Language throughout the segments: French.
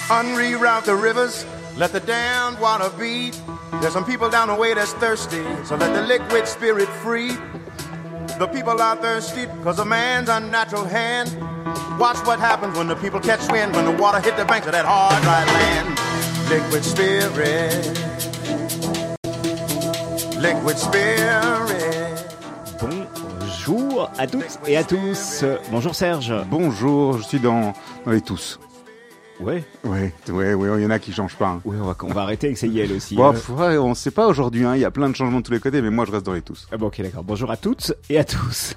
Unreroute the rivers, let the damned water beat. There's some people down the way that's thirsty, so let the liquid spirit free. The people are thirsty because of man's unnatural hand. Watch what happens when the people catch wind, when the water hit the banks of that hard, dry land. Liquid spirit. Liquid spirit. Bonjour à toutes et à tous. Bonjour Serge. Bonjour, je suis dans les tous. Ouais, il y en a qui changent pas. Hein. Ouais, on va arrêter avec ces yels aussi. Bon, on sait pas aujourd'hui, hein. Il y a plein de changements de tous les côtés, mais moi je reste dans les tous. Ah bon, ok, d'accord. Bonjour à toutes et à tous.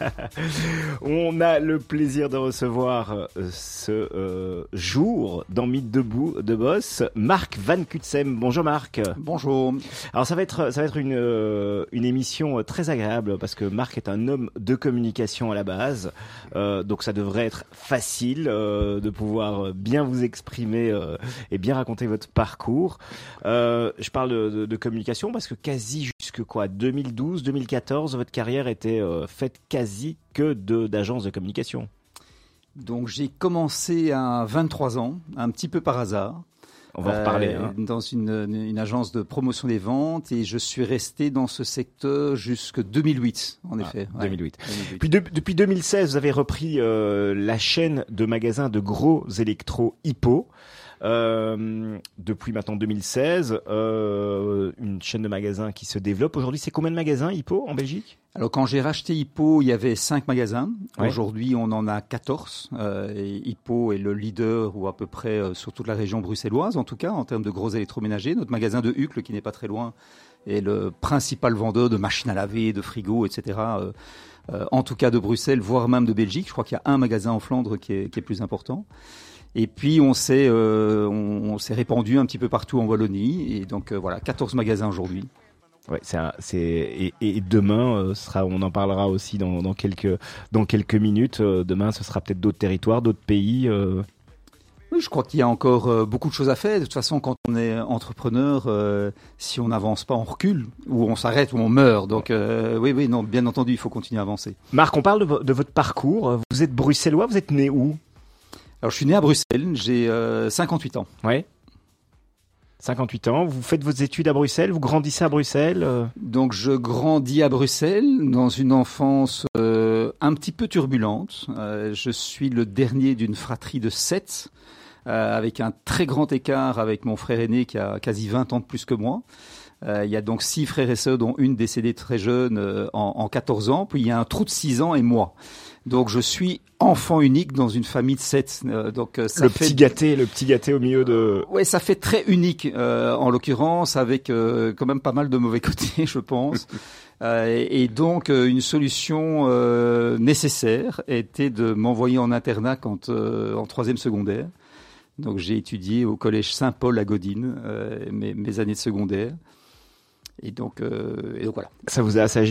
On a le plaisir de recevoir ce jour dans Mythe debout de Boss, Marc Van Cutsem. Bonjour Marc. Bonjour. Alors ça va être une émission très agréable parce que Marc est un homme de communication à la base, donc ça devrait être facile de pouvoir bien vous exprimer et bien raconter votre parcours. Je parle de communication parce que quasi jusque 2012, 2014, votre carrière était faite quasi que d'agences de communication. Donc j'ai commencé à 23 ans, un petit peu par hasard. On va en reparler. Dans une agence de promotion des ventes et je suis resté dans ce secteur jusque 2008, en effet. 2008. Puis depuis 2016, vous avez repris la chaîne de magasins de gros électro Hippo. Depuis maintenant 2016, une chaîne de magasins qui se développe. Aujourd'hui, c'est combien de magasins Hippo en Belgique ? Alors quand j'ai racheté Hippo, il y avait 5 magasins. Ouais. Aujourd'hui, on en a 14. Et Hippo est le leader, ou à peu près sur toute la région bruxelloise, en tout cas, en termes de gros électroménagers. Notre magasin de Uccle, qui n'est pas très loin, est le principal vendeur de machines à laver, de frigos, etc. En tout cas de Bruxelles, voire même de Belgique. Je crois qu'il y a un magasin en Flandre qui est plus important. Et puis on s'est répandu un petit peu partout en Wallonie. Et donc voilà, 14 magasins aujourd'hui. Ouais, et demain on en parlera aussi dans quelques minutes. Demain, ce sera peut-être d'autres territoires, d'autres pays. Oui, je crois qu'il y a encore beaucoup de choses à faire. De toute façon, quand on est entrepreneur, si on n'avance pas, on recule, ou on s'arrête, ou on meurt. Donc oui, non, bien entendu, il faut continuer à avancer. Marc, on parle de votre parcours. Vous êtes bruxellois, vous êtes né où ? Alors, je suis né à Bruxelles, j'ai 58 ans. Ouais. 58 ans, vous faites vos études à Bruxelles, vous grandissez à Bruxelles Donc je grandis à Bruxelles dans une enfance un petit peu turbulente. Je suis le dernier d'une fratrie de 7, avec un très grand écart avec mon frère aîné qui a quasi 20 ans de plus que moi. Il y a donc 6 frères et sœurs, dont une décédée très jeune en 14 ans. Puis il y a un trou de 6 ans et moi. Donc je suis enfant unique dans une famille de 7. Donc ça le petit gâté au milieu de. Ouais, ça fait très unique en l'occurrence, avec quand même pas mal de mauvais côtés, je pense. Et donc une solution nécessaire était de m'envoyer en internat quand en 3e secondaire. Donc j'ai étudié au collège Saint-Paul à Godine mes années de secondaire. Et donc voilà. Ça vous a assagi ?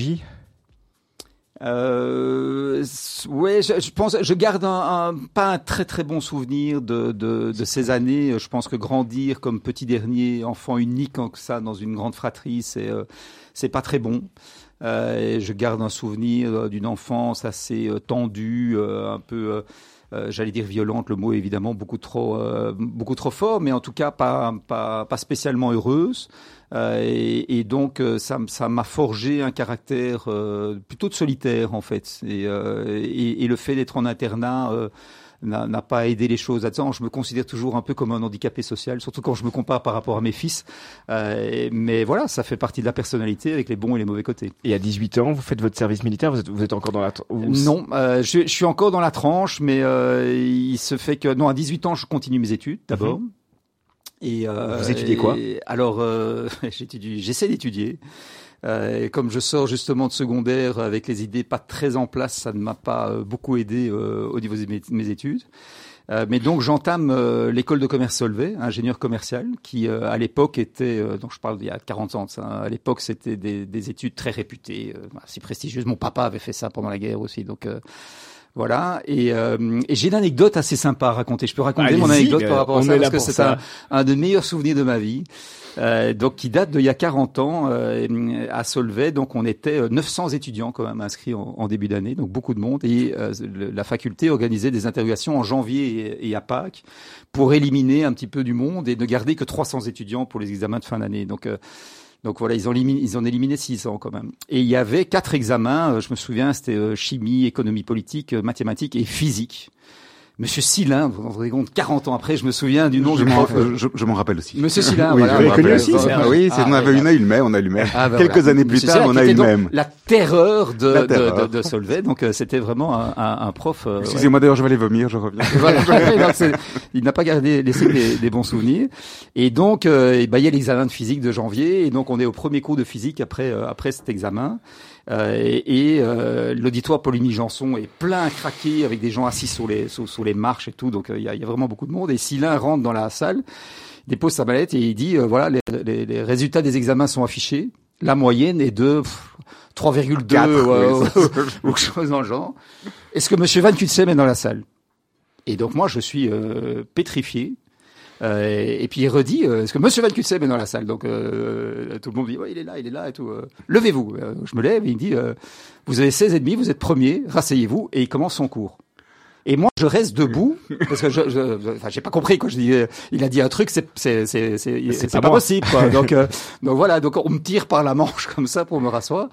Ouais, je pense, je garde pas un très très bon souvenir de ces années. Je pense que grandir comme petit dernier, enfant unique comme ça dans une grande fratrie, c'est pas très bon. Et je garde un souvenir d'une enfance assez tendue, un peu j'allais dire violente, le mot est évidemment beaucoup trop fort, mais en tout cas pas spécialement heureuse. Et donc ça m'a forgé un caractère plutôt de solitaire en fait. Et le fait d'être en internat n'a pas aidé les choses. Je me considère toujours un peu comme un handicapé social, surtout quand je me compare par rapport à mes fils. Mais voilà, ça fait partie de la personnalité avec les bons et les mauvais côtés. Et à 18 ans, vous faites votre service militaire, vous êtes encore dans la... Non, je suis encore dans la tranche, mais il se fait que... Non, à 18 ans, je continue mes études d'abord. Et, vous étudiez quoi ? Alors, j'essaie d'étudier. Comme je sors justement de secondaire avec les idées pas très en place, ça ne m'a pas beaucoup aidé au niveau de mes études. Mais donc j'entame l'école de commerce Solvay, ingénieur commercial, qui à l'époque était, donc je parle d'il y a 40 ans, à l'époque c'était des études très réputées, assez prestigieuses. Mon papa avait fait ça pendant la guerre aussi, donc Voilà. Et j'ai une anecdote assez sympa à raconter. Je peux raconter mon anecdote par rapport à ça parce que c'est un des meilleurs souvenirs de ma vie. Donc qui date d'il y a 40 ans à Solvay. Donc on était 900 étudiants quand même inscrits en début d'année, donc beaucoup de monde. Et la faculté organisait des interrogations en janvier et à Pâques pour éliminer un petit peu du monde et ne garder que 300 étudiants pour les examens de fin d'année. Donc voilà, ils en éliminé 600 quand même. Et il y avait 4 examens, je me souviens, c'était chimie, économie politique, mathématiques et physique. Monsieur Silin, vous vous rendez compte, 40 ans après, je me souviens du nom du prof. Je m'en rappelle aussi. Monsieur Silin, oui, voilà. Vous l'avez connu aussi, oui, on a eu le même. Quelques années plus tard, on a eu le même. La terreur de Solvay, donc c'était vraiment un prof. Excusez-moi, d'ailleurs, je vais aller vomir, je reviens. Voilà. Donc, il n'a pas laissé des bons souvenirs. Et donc, il y a l'examen de physique de janvier, et donc on est au premier cours de physique après cet examen. L'auditoire Poligny Janson est plein à craquer avec des gens assis sur les marches et tout, donc il y a vraiment beaucoup de monde. Et Silin rentre dans la salle, dépose sa mallette et il dit voilà, les résultats des examens sont affichés. La moyenne est de 3,2 ou quelque chose dans le genre. Est-ce que Monsieur Van Kutsem est dans la salle? Et donc moi je suis pétrifié. Et puis il redit, est-ce que Monsieur Van Kutsem est dans la salle? Donc tout le monde dit, ouais, il est là et tout. Levez-vous. Je me lève et il me dit, vous avez 16,5, vous êtes premier, rasseyez-vous, et il commence son cours. Et moi, je reste debout parce que j'ai pas compris quand je dis, il a dit un truc, c'est pas possible, quoi. Donc voilà, donc on me tire par la manche comme ça pour me rasseoir.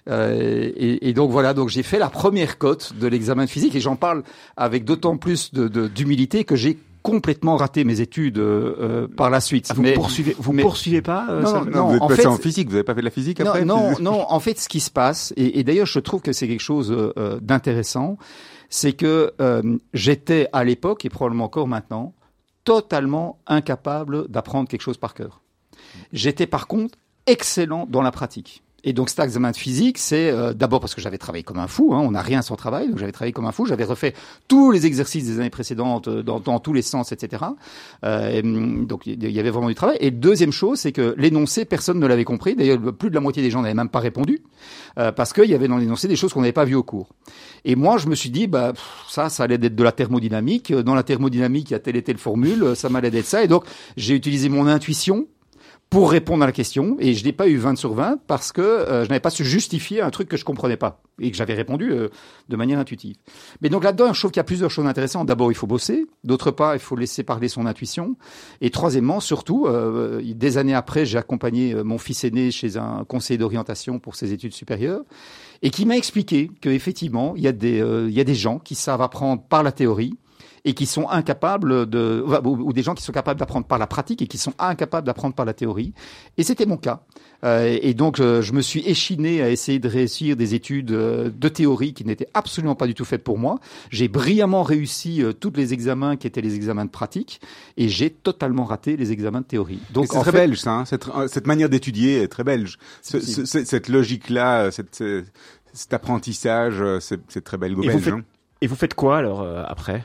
Et donc voilà, donc j'ai fait la première cote de l'examen de physique et j'en parle avec d'autant plus d'humilité que j'ai complètement raté mes études par la suite. Vous poursuivez pas non, vous êtes passé en physique, vous n'avez pas fait de la physique après? Non, en fait, ce qui se passe, et d'ailleurs je trouve que c'est quelque chose d'intéressant, c'est que j'étais à l'époque, et probablement encore maintenant, totalement incapable d'apprendre quelque chose par cœur. J'étais par contre excellent dans la pratique. Et donc cet examen de physique, c'est d'abord parce que j'avais travaillé comme un fou, on n'a rien sans travail, donc j'avais travaillé comme un fou, j'avais refait tous les exercices des années précédentes dans tous les sens, etc. Donc il y avait vraiment du travail. Et deuxième chose, c'est que l'énoncé, personne ne l'avait compris. D'ailleurs, plus de la moitié des gens n'avaient même pas répondu parce qu'il y avait dans l'énoncé des choses qu'on n'avait pas vues au cours. Et moi, je me suis dit, ça allait être de la thermodynamique. Dans la thermodynamique, il y a telle et telle formule, ça m'allait d'être ça. Et donc j'ai utilisé mon intuition pour répondre à la question, et je n'ai pas eu 20 sur 20 parce que je n'avais pas su justifier un truc que je comprenais pas et que j'avais répondu de manière intuitive. Mais donc là-dedans, je trouve qu'il y a plusieurs choses intéressantes. D'abord, il faut bosser. D'autre part, il faut laisser parler son intuition. Et troisièmement, surtout, des années après, j'ai accompagné mon fils aîné chez un conseiller d'orientation pour ses études supérieures et qui m'a expliqué qu'effectivement, il y a des gens qui savent apprendre par la théorie et qui sont incapables ou des gens qui sont capables d'apprendre par la pratique et qui sont incapables d'apprendre par la théorie. Et c'était mon cas. Et donc, je me suis échiné à essayer de réussir des études de théorie qui n'étaient absolument pas du tout faites pour moi. J'ai brillamment réussi tous les examens qui étaient les examens de pratique et j'ai totalement raté les examens de théorie. Donc, c'est très belge, ça. Cette manière d'étudier est très belge. Cette logique-là, cet apprentissage, c'est très belge. Et vous faites quoi alors après?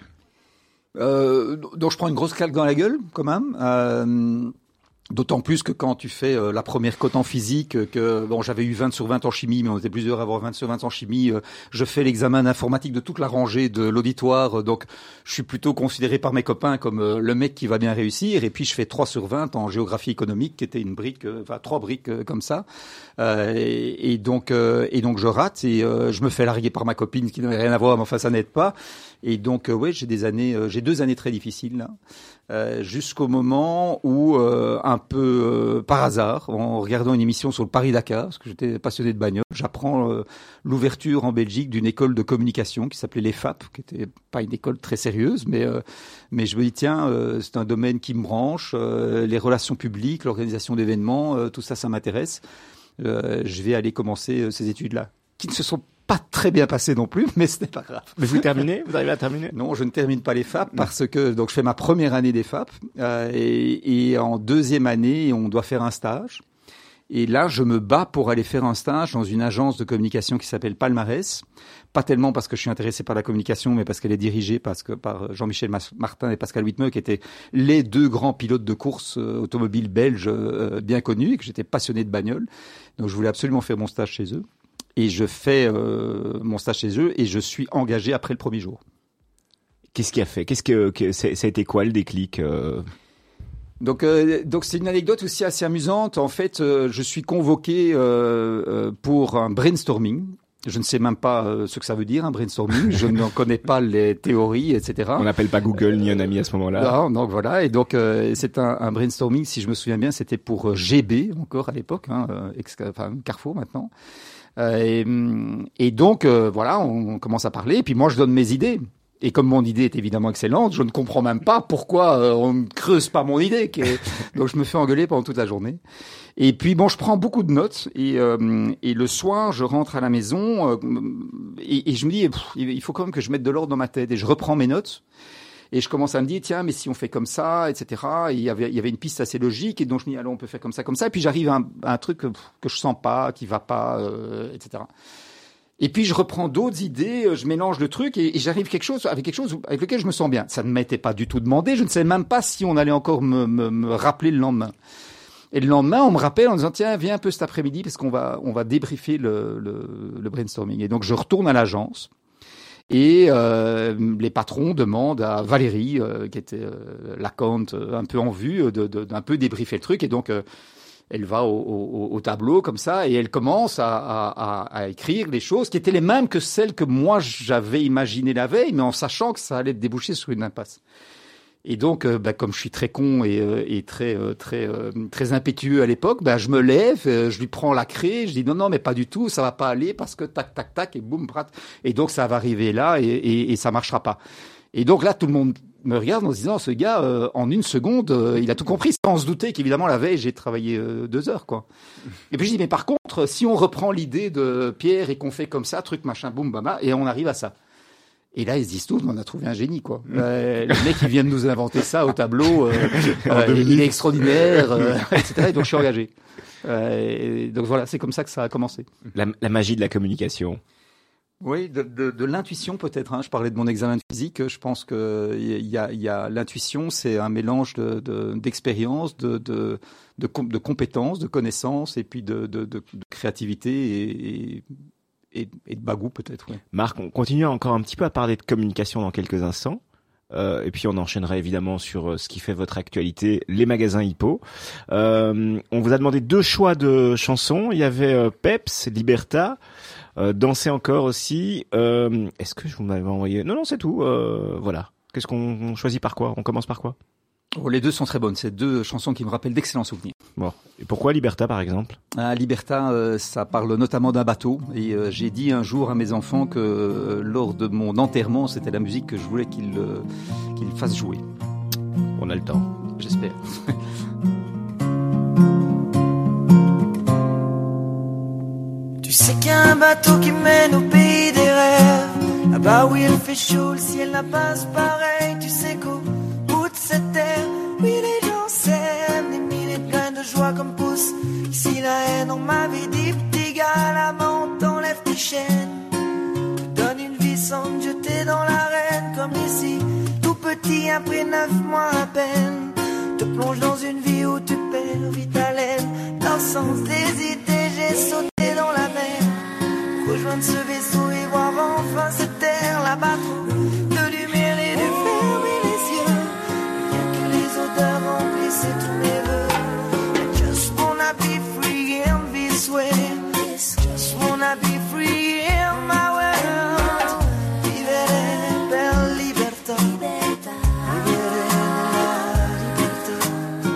Donc je prends une grosse claque dans la gueule quand même. D'autant plus que quand tu fais la première cote en physique, j'avais eu 20 sur 20 en chimie, mais on était plusieurs à avoir 20 sur 20 en chimie. Je fais l'examen d'informatique de toute la rangée de l'auditoire, donc je suis plutôt considéré par mes copains comme le mec qui va bien réussir. Et puis je fais 3 sur 20 en géographie économique, qui était une brique, 3 briques comme ça. Et donc je rate et je me fais larguer par ma copine qui n'avait rien à voir, mais enfin ça n'aide pas. Et donc j'ai 2 années très difficiles là. Jusqu'au moment où, un peu par hasard, en regardant une émission sur le Paris-Dakar, parce que j'étais passionné de bagnole, j'apprends l'ouverture en Belgique d'une école de communication qui s'appelait l'EFAP, qui était pas une école très sérieuse, mais je me dis tiens, c'est un domaine qui me branche, les relations publiques, l'organisation d'événements, tout ça, ça m'intéresse. Je vais aller commencer ces études-là, qui ne se sont pas très bien passé non plus, mais ce n'est pas grave. Mais vous terminez? Vous arrivez à terminer? Non, je ne termine pas les FAP parce que donc je fais ma première année des FAP et en deuxième année, on doit faire un stage. Et là, je me bats pour aller faire un stage dans une agence de communication qui s'appelle Palmarès. Pas tellement parce que je suis intéressé par la communication, mais parce qu'elle est dirigée par Jean-Michel Martin et Pascal Wittmer, qui étaient les 2 grands pilotes de course automobiles belges bien connus et que j'étais passionné de bagnole. Donc, je voulais absolument faire mon stage chez eux. Et je fais mon stage chez eux et je suis engagé après le premier jour. Qu'est-ce qui a fait ? Ça a été quoi le déclic Donc c'est une anecdote aussi assez amusante. En fait, je suis convoqué pour un brainstorming. Je ne sais même pas ce que ça veut dire, un brainstorming. Je n'en connais pas les théories, etc. On n'appelle pas Google ni un ami à ce moment-là. Non, donc voilà. Et donc, c'est un brainstorming, si je me souviens bien, c'était pour GB, encore à l'époque, Carrefour maintenant. Et donc, voilà, on commence à parler. Et puis moi, je donne mes idées. Et comme mon idée est évidemment excellente, je ne comprends même pas pourquoi on ne creuse pas mon idée. Donc je me fais engueuler pendant toute la journée. Et puis bon, je prends beaucoup de notes et le soir, je rentre à la maison et je me dis il faut quand même que je mette de l'ordre dans ma tête. Et je reprends mes notes et je commence à me dire tiens, mais si on fait comme ça, etc. Et il y avait une piste assez logique et donc je me dis allons, on peut faire comme ça. Et puis j'arrive à un truc que je sens pas, qui va pas, etc. Et puis je reprends d'autres idées, je mélange le truc et j'arrive avec quelque chose avec lequel je me sens bien. Ça ne m'était pas du tout demandé, je ne savais même pas si on allait encore me rappeler le lendemain. Et le lendemain, on me rappelle en disant tiens, viens un peu cet après-midi parce qu'on va débriefer le brainstorming. Et donc je retourne à l'agence et les patrons demandent à Valérie, qui était l'account un peu en vue, d'un peu débriefer le truc. Et donc elle va au tableau comme ça et elle commence à écrire les choses qui étaient les mêmes que celles que moi j'avais imaginées la veille, mais en sachant que ça allait déboucher sur une impasse. Et donc, comme je suis très con et très impétueux à l'époque, je me lève, je lui prends la craie, je dis non, mais pas du tout, ça va pas aller parce que tac, tac, tac et boum, brat. Et donc ça va arriver là et ça marchera pas. Et donc là, tout le monde me regarde en se disant, ce gars, en une seconde, il a tout compris, sans se douter qu'évidemment, la veille, j'ai travaillé 2 heures, quoi. Et puis je dis, mais par contre, si on reprend l'idée de Pierre et qu'on fait comme ça, truc, machin, boum, bama, et on arrive à ça. Et là, ils se disent tous, on a trouvé un génie, quoi. Le mec, il vient de nous inventer ça au tableau, il est extraordinaire, etc. Et donc, je suis engagé. Et donc voilà, c'est comme ça que ça a commencé. La magie de la communication. Oui, de l'intuition peut-être. Hein. Je parlais de mon examen de physique. Je pense que il y a l'intuition, c'est un mélange d'expérience, de compétences, de connaissances et puis de créativité et de bagou peut-être. Ouais. Marc, on continue encore un petit peu à parler de communication dans quelques instants. Et puis on enchaînera évidemment sur ce qui fait votre actualité, les magasins Hippo. On vous a demandé 2 choix de chansons. Il y avait Peps, Liberta. Danser encore aussi. Est-ce que je vous m'avais envoyé ? Non, c'est tout. Voilà. Qu'est-ce qu'on choisit par quoi ? On commence par quoi ? Les 2 sont très bonnes. C'est 2 chansons qui me rappellent d'excellents souvenirs. Bon. Et pourquoi Liberta, par exemple ? Liberta, ça parle notamment d'un bateau. Et j'ai dit un jour à mes enfants que lors de mon enterrement, c'était la musique que je voulais qu'ils fassent jouer. On a le temps. J'espère. Tu sais qu'il y a un bateau qui mène au pays des rêves. Là-bas où il fait chaud, le ciel n'a pas pareil. Tu sais qu'au bout de cette terre, oui les gens s'aiment. Des milliers de graines de joie comme poussent ici la haine. On m'avait dit petit gars, là-bas on t'enlève tes chaînes. Te donne une vie sans te jeter dans l'arène. Comme ici, tout petit après 9 mois à peine. Te plonge dans une vie où tu perds vite haleine. Dans le sens des idées, j'ai sauté dans la mer, rejoindre ce vaisseau et voir enfin cette terre là-bas, de lumière et de fermer les yeux, rien que les odeurs remplissaient tous mes vœux. I just wanna be free in this way, just wanna be free in my world. Vivere per libertà, vivere nella libertà.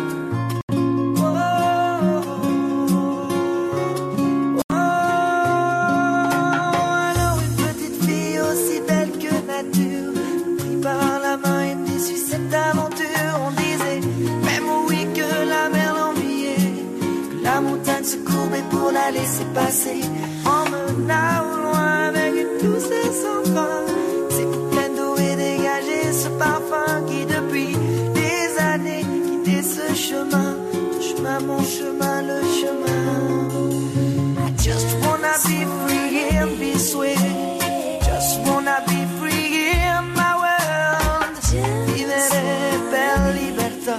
Se courber pour la laisser passer, emmène là au loin avec une douceur sans fin. Ces plaines d'eau et dégager ce parfum qui depuis des années quittait ce chemin, mon chemin, le chemin. I just wanna be free in this way, just wanna be free in my world. Vivere per libertà.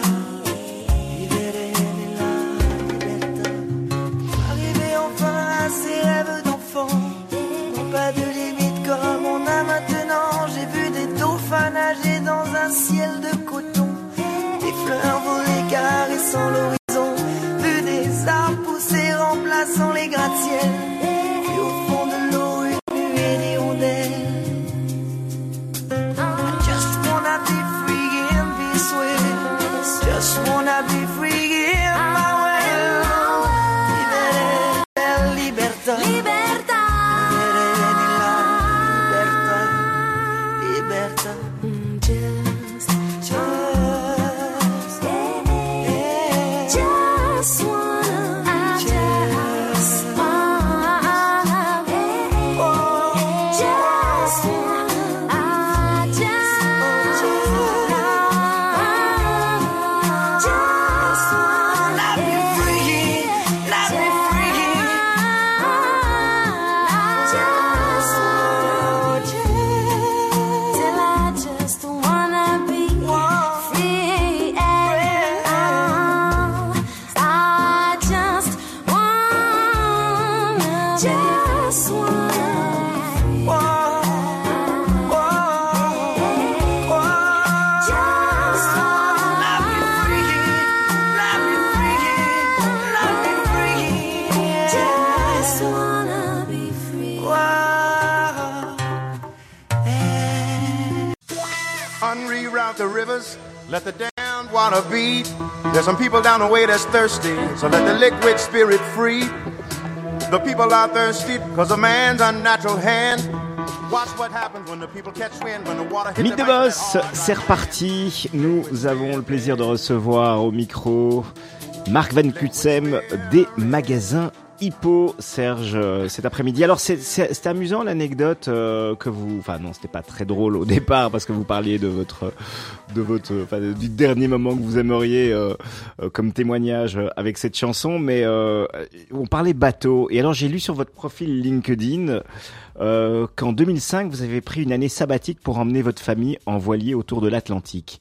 Ces rêves d'enfant, just wanna be free in my world. Vivere nella libertà. Libertà. Vivere nella libertà. Just wanna, just wanna, just wanna be free, let me free. Just wanna, till I just wanna be free. I just wanna, just Unreroute the rivers, let the damned water beat. There's some people down the way that's thirsty, so let the liquid spirit free. The people are thirsty because of man's unnatural hand. Watch what happens when the people catch wind, when the water hits Mythe the de banks, Boss, they're all c'est reparti. Nous avons le plaisir de recevoir au micro Mark Van Cutsem des magasins Hippo, Serge, cet après-midi. Alors c'est amusant l'anecdote que vous, enfin non, c'était pas très drôle au départ parce que vous parliez de votre, enfin, du dernier moment que vous aimeriez comme témoignage avec cette chanson, mais on parlait bateau. Et alors j'ai lu sur votre profil LinkedIn qu'en 2005 vous avez pris une année sabbatique pour emmener votre famille en voilier autour de l'Atlantique.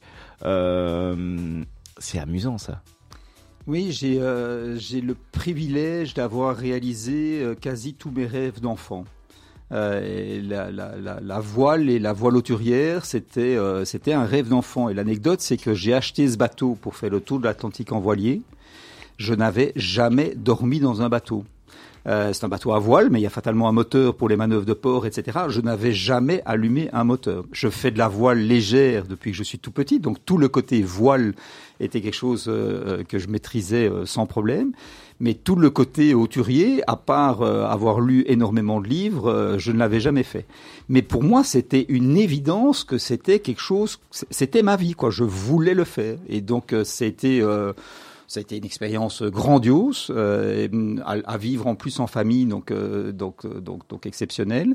C'est amusant ça. Oui, j'ai le privilège d'avoir réalisé quasi tous mes rêves d'enfant. Et la voile et la voile hauturière, c'était un rêve d'enfant. Et l'anecdote, c'est que j'ai acheté ce bateau pour faire le tour de l'Atlantique en voilier. Je n'avais jamais dormi dans un bateau. C'est un bateau à voile, mais il y a fatalement un moteur pour les manœuvres de port, etc. Je n'avais jamais allumé un moteur. Je fais de la voile légère depuis que je suis tout petit, donc tout le côté voile était quelque chose que je maîtrisais sans problème. Mais tout le côté hauturier, à part avoir lu énormément de livres, je ne l'avais jamais fait. Mais pour moi, c'était une évidence que c'était quelque chose, c'était ma vie, quoi. Je voulais le faire. Et donc, ça a été une expérience grandiose à vivre en plus en famille, donc exceptionnelle.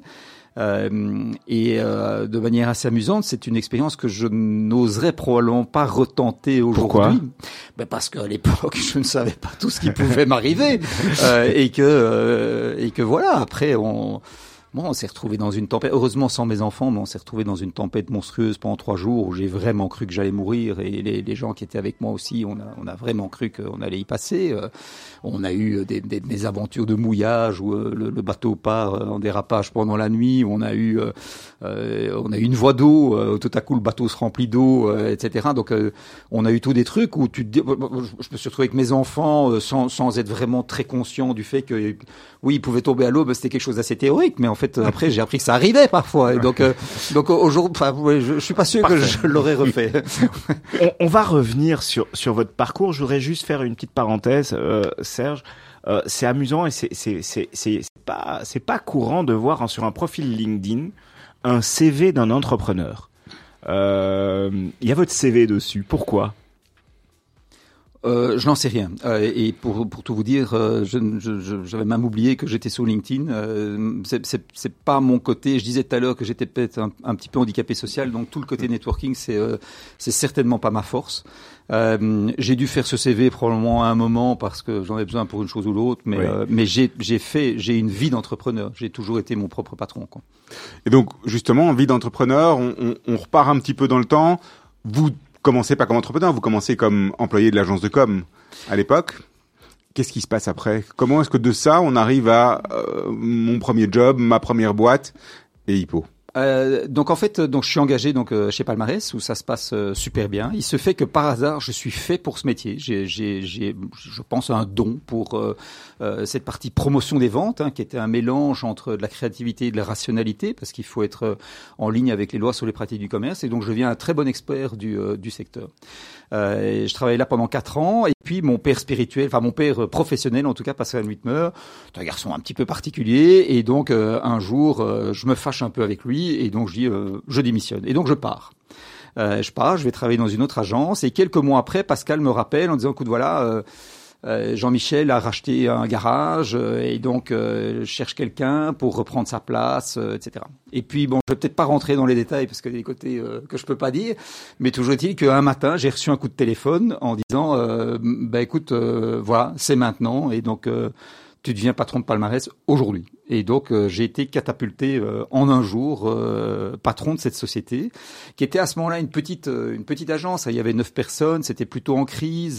Et de manière assez amusante, c'est une expérience que je n'oserais probablement pas retenter aujourd'hui. Pourquoi ? Parce qu'à l'époque, je ne savais pas tout ce qui pouvait m'arriver et que voilà. Après, on s'est retrouvé dans une tempête, heureusement sans mes enfants, mais on s'est retrouvé dans une tempête monstrueuse pendant 3 jours où j'ai vraiment cru que j'allais mourir et les gens qui étaient avec moi aussi, on a vraiment cru qu'on allait y passer. On a eu des aventures de mouillage où le bateau part en dérapage pendant la nuit, on a eu une voie d'eau, tout à coup le bateau se remplit d'eau, etc. Donc on a eu tous des trucs où tu te dis, je me suis retrouvé avec mes enfants sans être vraiment très conscient du fait que oui, ils pouvaient tomber à l'eau, c'était quelque chose d'assez théorique, mais en fait après j'ai appris que ça arrivait parfois. Et donc aujourd'hui, je suis pas sûr que je l'aurais refait. On va revenir sur votre parcours. Je voudrais juste faire une petite parenthèse, Serge. C'est amusant et c'est pas courant de voir sur un profil LinkedIn un CV d'un entrepreneur. Il y a votre CV dessus. Pourquoi ? Je n'en sais rien. Et pour tout vous dire, j'avais même oublié que j'étais sur LinkedIn. C'est pas mon côté. Je disais tout à l'heure que j'étais peut-être un petit peu handicapé social, donc tout le côté networking, c'est certainement pas ma force. J'ai dû faire ce CV probablement à un moment parce que j'en ai besoin pour une chose ou l'autre, mais j'ai une vie d'entrepreneur. J'ai toujours été mon propre patron, quoi. Et donc justement, vie d'entrepreneur, on repart un petit peu dans le temps. Vous commencez pas comme entrepreneur, vous commencez comme employé de l'agence de com à l'époque. Qu'est-ce qui se passe après ? Comment est-ce que de ça, on arrive à mon premier job, ma première boîte et Hippo ? Donc en fait, je suis engagé chez Palmarès où ça se passe super bien. Il se fait que par hasard, je suis fait pour ce métier. J'ai je pense un don pour cette partie promotion des ventes, qui était un mélange entre de la créativité et de la rationalité, parce qu'il faut être en ligne avec les lois sur les pratiques du commerce. Et donc je deviens un très bon expert du secteur. Et je travaillais là pendant 4 ans. Et puis mon père spirituel, mon père professionnel en tout cas, Pascal Whitmer, c'est un garçon un petit peu particulier. Et donc un jour, je me fâche un peu avec lui et donc je dis je démissionne. Et donc je pars. Je vais travailler dans une autre agence et quelques mois après, Pascal me rappelle en disant écoute voilà, Jean-Michel a racheté un garage et donc je cherche quelqu'un pour reprendre sa place, etc. Et puis bon, je vais peut-être pas rentrer dans les détails parce qu'il y a des côtés que je peux pas dire, mais toujours est-il qu'un matin, j'ai reçu un coup de téléphone en disant écoute, voilà, c'est maintenant et donc tu deviens patron de Palmarès aujourd'hui. Et donc, j'ai été catapulté en un jour patron de cette société, qui était à ce moment-là une petite agence. Il y avait 9 personnes, c'était plutôt en crise.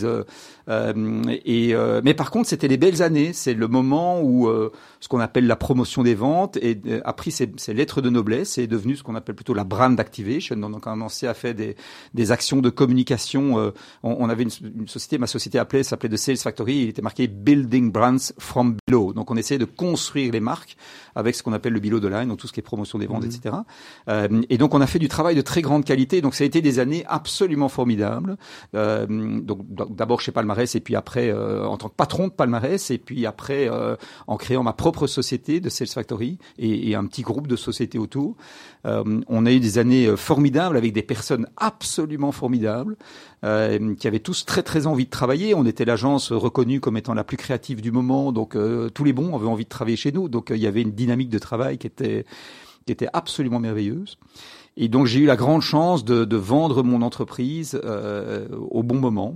Mais par contre, c'était les belles années. C'est le moment où ce qu'on appelle la promotion des ventes a pris ses lettres de noblesse et est devenu ce qu'on appelle plutôt la brand activation. Donc, on a commencé à faire des actions de communication. On avait une société, ma société s'appelait The Sales Factory. Il était marqué Building Brands from Below. Donc, on essayait de construire les marques avec ce qu'on appelle le below the line, donc tout ce qui est promotion des ventes, etc. Et donc on a fait du travail de très grande qualité. Donc ça a été des années absolument formidables. Donc d'abord chez Palmarès et puis après en tant que patron de Palmarès et puis après en créant ma propre société de Sales Factory et un petit groupe de sociétés autour. On a eu des années formidables avec des personnes absolument formidables qui avaient tous très très envie de travailler. On était l'agence reconnue comme étant la plus créative du moment, donc tous les bons avaient envie de travailler chez nous. Donc il y avait une dynamique de travail qui était absolument merveilleuse. Et donc j'ai eu la grande chance de vendre mon entreprise au bon moment,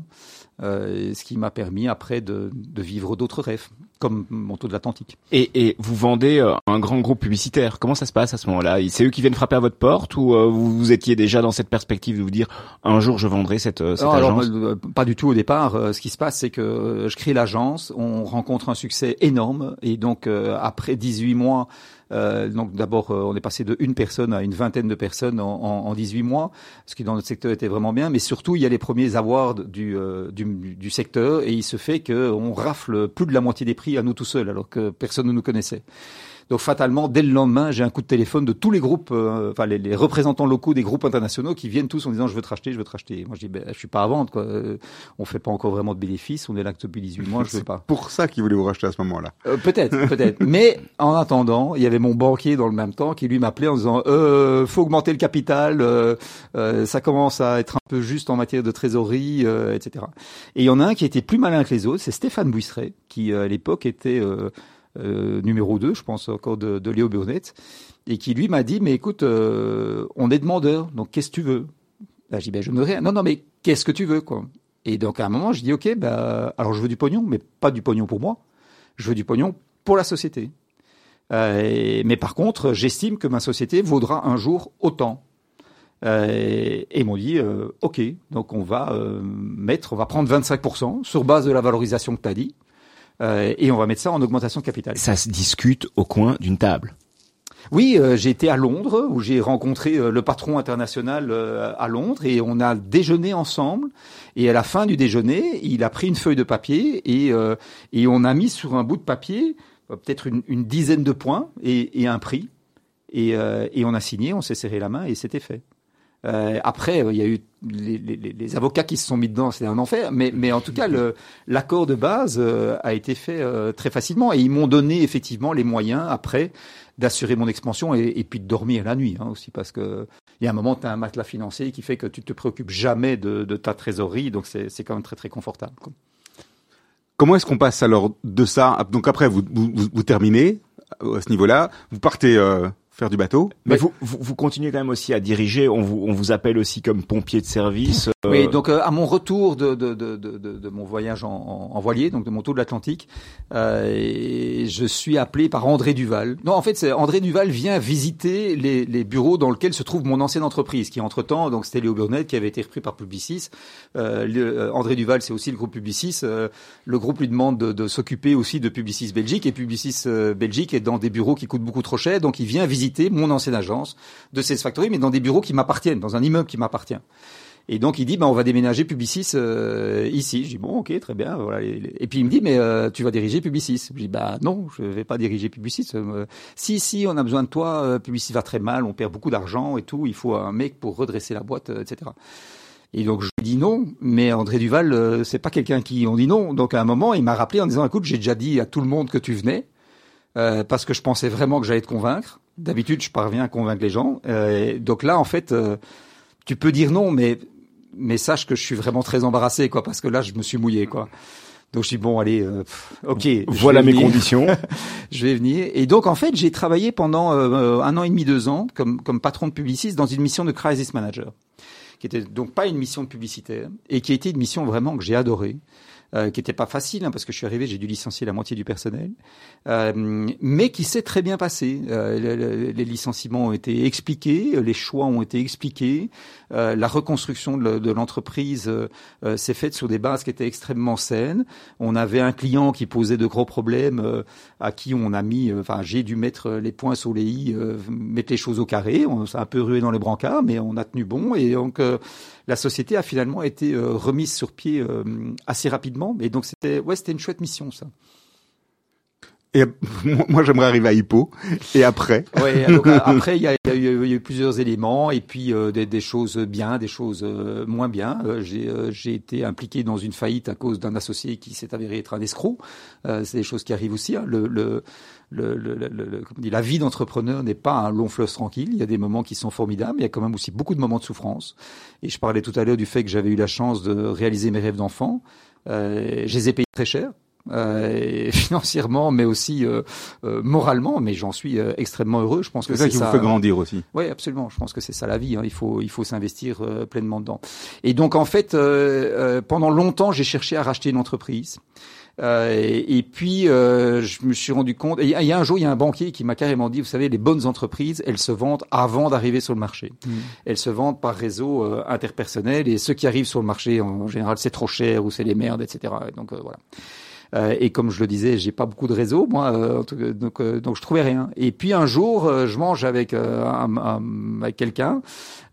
ce qui m'a permis après de vivre d'autres rêves, comme Manteau de l'Atlantique. Et vous vendez un grand groupe publicitaire. Comment ça se passe à ce moment-là? C'est eux qui viennent frapper à votre porte ou vous étiez déjà dans cette perspective de vous dire un jour je vendrai cette agence? Alors, pas du tout au départ. Ce qui se passe, c'est que je crée l'agence, on rencontre un succès énorme et donc après 18 mois, donc d'abord on est passé de 1 personne à une vingtaine de personnes en 18 mois, ce qui dans notre secteur était vraiment bien. Mais surtout, il y a les premiers awards du secteur et il se fait qu'on rafle plus de la moitié des prix à nous tout seuls, alors que personne ne nous connaissait. Donc fatalement, dès le lendemain, j'ai un coup de téléphone de tous les groupes, les représentants locaux des groupes internationaux qui viennent tous en disant je veux te racheter. Moi je dis je suis pas à vendre quoi. On fait pas encore vraiment de bénéfices, on est là que depuis 18 mois, je veux pas. C'est pour ça qu'ils voulaient vous racheter à ce moment-là. Peut-être. Mais en attendant, il y avait mon banquier dans le même temps qui lui m'appelait en disant faut augmenter le capital, ça commence à être un peu juste en matière de trésorerie, etc. Et il y en a un qui était plus malin que les autres, c'est Stéphane Buisseret, qui à l'époque était numéro 2, je pense encore de Léo Burnett, et qui lui m'a dit mais écoute, on est demandeur, donc qu'est-ce que tu veux? Là, je dis je ne veux rien. Non mais qu'est-ce que tu veux quoi? Et donc à un moment je dis ok, alors je veux du pognon, mais pas du pognon pour moi, je veux du pognon pour la société. Mais par contre j'estime que ma société vaudra un jour autant. Et ils m'ont dit ok, donc on va prendre 25% sur base de la valorisation que tu as dit. Et on va mettre ça en augmentation de capital. Ça se discute au coin d'une table. Oui, j'ai été à Londres où j'ai rencontré le patron international à Londres et on a déjeuné ensemble. Et à la fin du déjeuner, il a pris une feuille de papier et on a mis sur un bout de papier peut-être une dizaine de points et un prix. Et on a signé, on s'est serré la main et c'était fait. Après, il y a eu les avocats qui se sont mis dedans, c'est un enfer. Mais en tout cas, l'accord de base a été fait très facilement et ils m'ont donné effectivement les moyens après d'assurer mon expansion et puis de dormir la nuit aussi parce que il y a un moment tu as un matelas financier qui fait que tu te préoccupes jamais de ta trésorerie, donc c'est quand même très très confortable. Comment est-ce qu'on passe alors de ça? Donc après vous terminez à ce niveau-là, vous partez faire du bateau. Mais vous continuez quand même aussi à diriger. On vous appelle aussi comme pompier de service. Oui, donc à mon retour de mon voyage en voilier, donc de mon tour de l'Atlantique, je suis appelé par André Duval. Non, en fait, André Duval vient visiter les bureaux dans lesquels se trouve mon ancienne entreprise, qui entre-temps, donc c'était Léo Burnett qui avait été repris par Publicis. André Duval, c'est aussi le groupe Publicis. Le groupe lui demande de s'occuper aussi de Publicis Belgique, et Publicis Belgique est dans des bureaux qui coûtent beaucoup trop cher, donc il vient visiter visiter mon ancienne agence de Sales Factory, mais dans des bureaux qui m'appartiennent, dans un immeuble qui m'appartient. Et donc il dit on va déménager Publicis ici. Je dis bon, ok, très bien. Voilà. Et puis il me dit mais tu vas diriger Publicis. Je dis non, je vais pas diriger Publicis. Si, on a besoin de toi. Publicis va très mal, on perd beaucoup d'argent et tout. Il faut un mec pour redresser la boîte, etc. Et donc je lui dis non, mais André Duval, c'est pas quelqu'un qui on dit non. Donc à un moment, il m'a rappelé en disant écoute, j'ai déjà dit à tout le monde que tu venais parce que je pensais vraiment que j'allais te convaincre. D'habitude, je parviens à convaincre les gens. Donc là, en fait, tu peux dire non, mais sache que je suis vraiment très embarrassé, quoi, parce que là, je me suis mouillé, quoi. Donc je dis bon, allez, ok. Voilà mes conditions. Je vais venir. Et donc en fait, j'ai travaillé pendant 1 an et demi, 2 ans comme patron de Publicis dans une mission de crisis manager, qui était donc pas une mission de publicitaire et qui a été une mission vraiment que j'ai adorée. Qui était pas facile, parce que je suis arrivé, j'ai dû licencier la moitié du personnel, mais qui s'est très bien passé. Les licenciements ont été expliqués, les choix ont été expliqués, la reconstruction de l'entreprise s'est faite sur des bases qui étaient extrêmement saines. On avait un client qui posait de gros problèmes, à qui on a mis, j'ai dû mettre les points sur les i, mettre les choses au carré. On s'est un peu rué dans les brancards, mais on a tenu bon, et donc la société a finalement été remise sur pied assez rapidement. Et donc c'était une chouette mission, ça. Et moi, j'aimerais arriver à Hippo. Et après? Ouais, donc après, il y a eu plusieurs éléments, et puis des choses bien, des choses moins bien. J'ai été impliqué dans une faillite à cause d'un associé qui s'est avéré être un escroc. C'est des choses qui arrivent aussi. Hein. La vie d'entrepreneur n'est pas un long fleuve tranquille. Il y a des moments qui sont formidables, mais il y a quand même aussi beaucoup de moments de souffrance. Et je parlais tout à l'heure du fait que j'avais eu la chance de réaliser mes rêves d'enfant. Je les ai payés très cher. Financièrement, mais aussi moralement, mais j'en suis extrêmement heureux. Je pense que c'est ça qui vous fait grandir aussi. Oui, absolument. Je pense que c'est ça la vie. Hein. Il faut s'investir pleinement dedans. Et donc en fait, pendant longtemps, j'ai cherché à racheter une entreprise. Et puis je me suis rendu compte. Il y a un jour, il y a un banquier qui m'a carrément dit, vous savez, les bonnes entreprises, elles se vendent avant d'arriver sur le marché. Elles se vendent par réseau interpersonnel, et ceux qui arrivent sur le marché, en général, c'est trop cher ou c'est les merdes, etc. Et donc voilà. Et comme je le disais, j'ai pas beaucoup de réseau, moi, donc je trouvais rien. Et puis un jour, je mange avec quelqu'un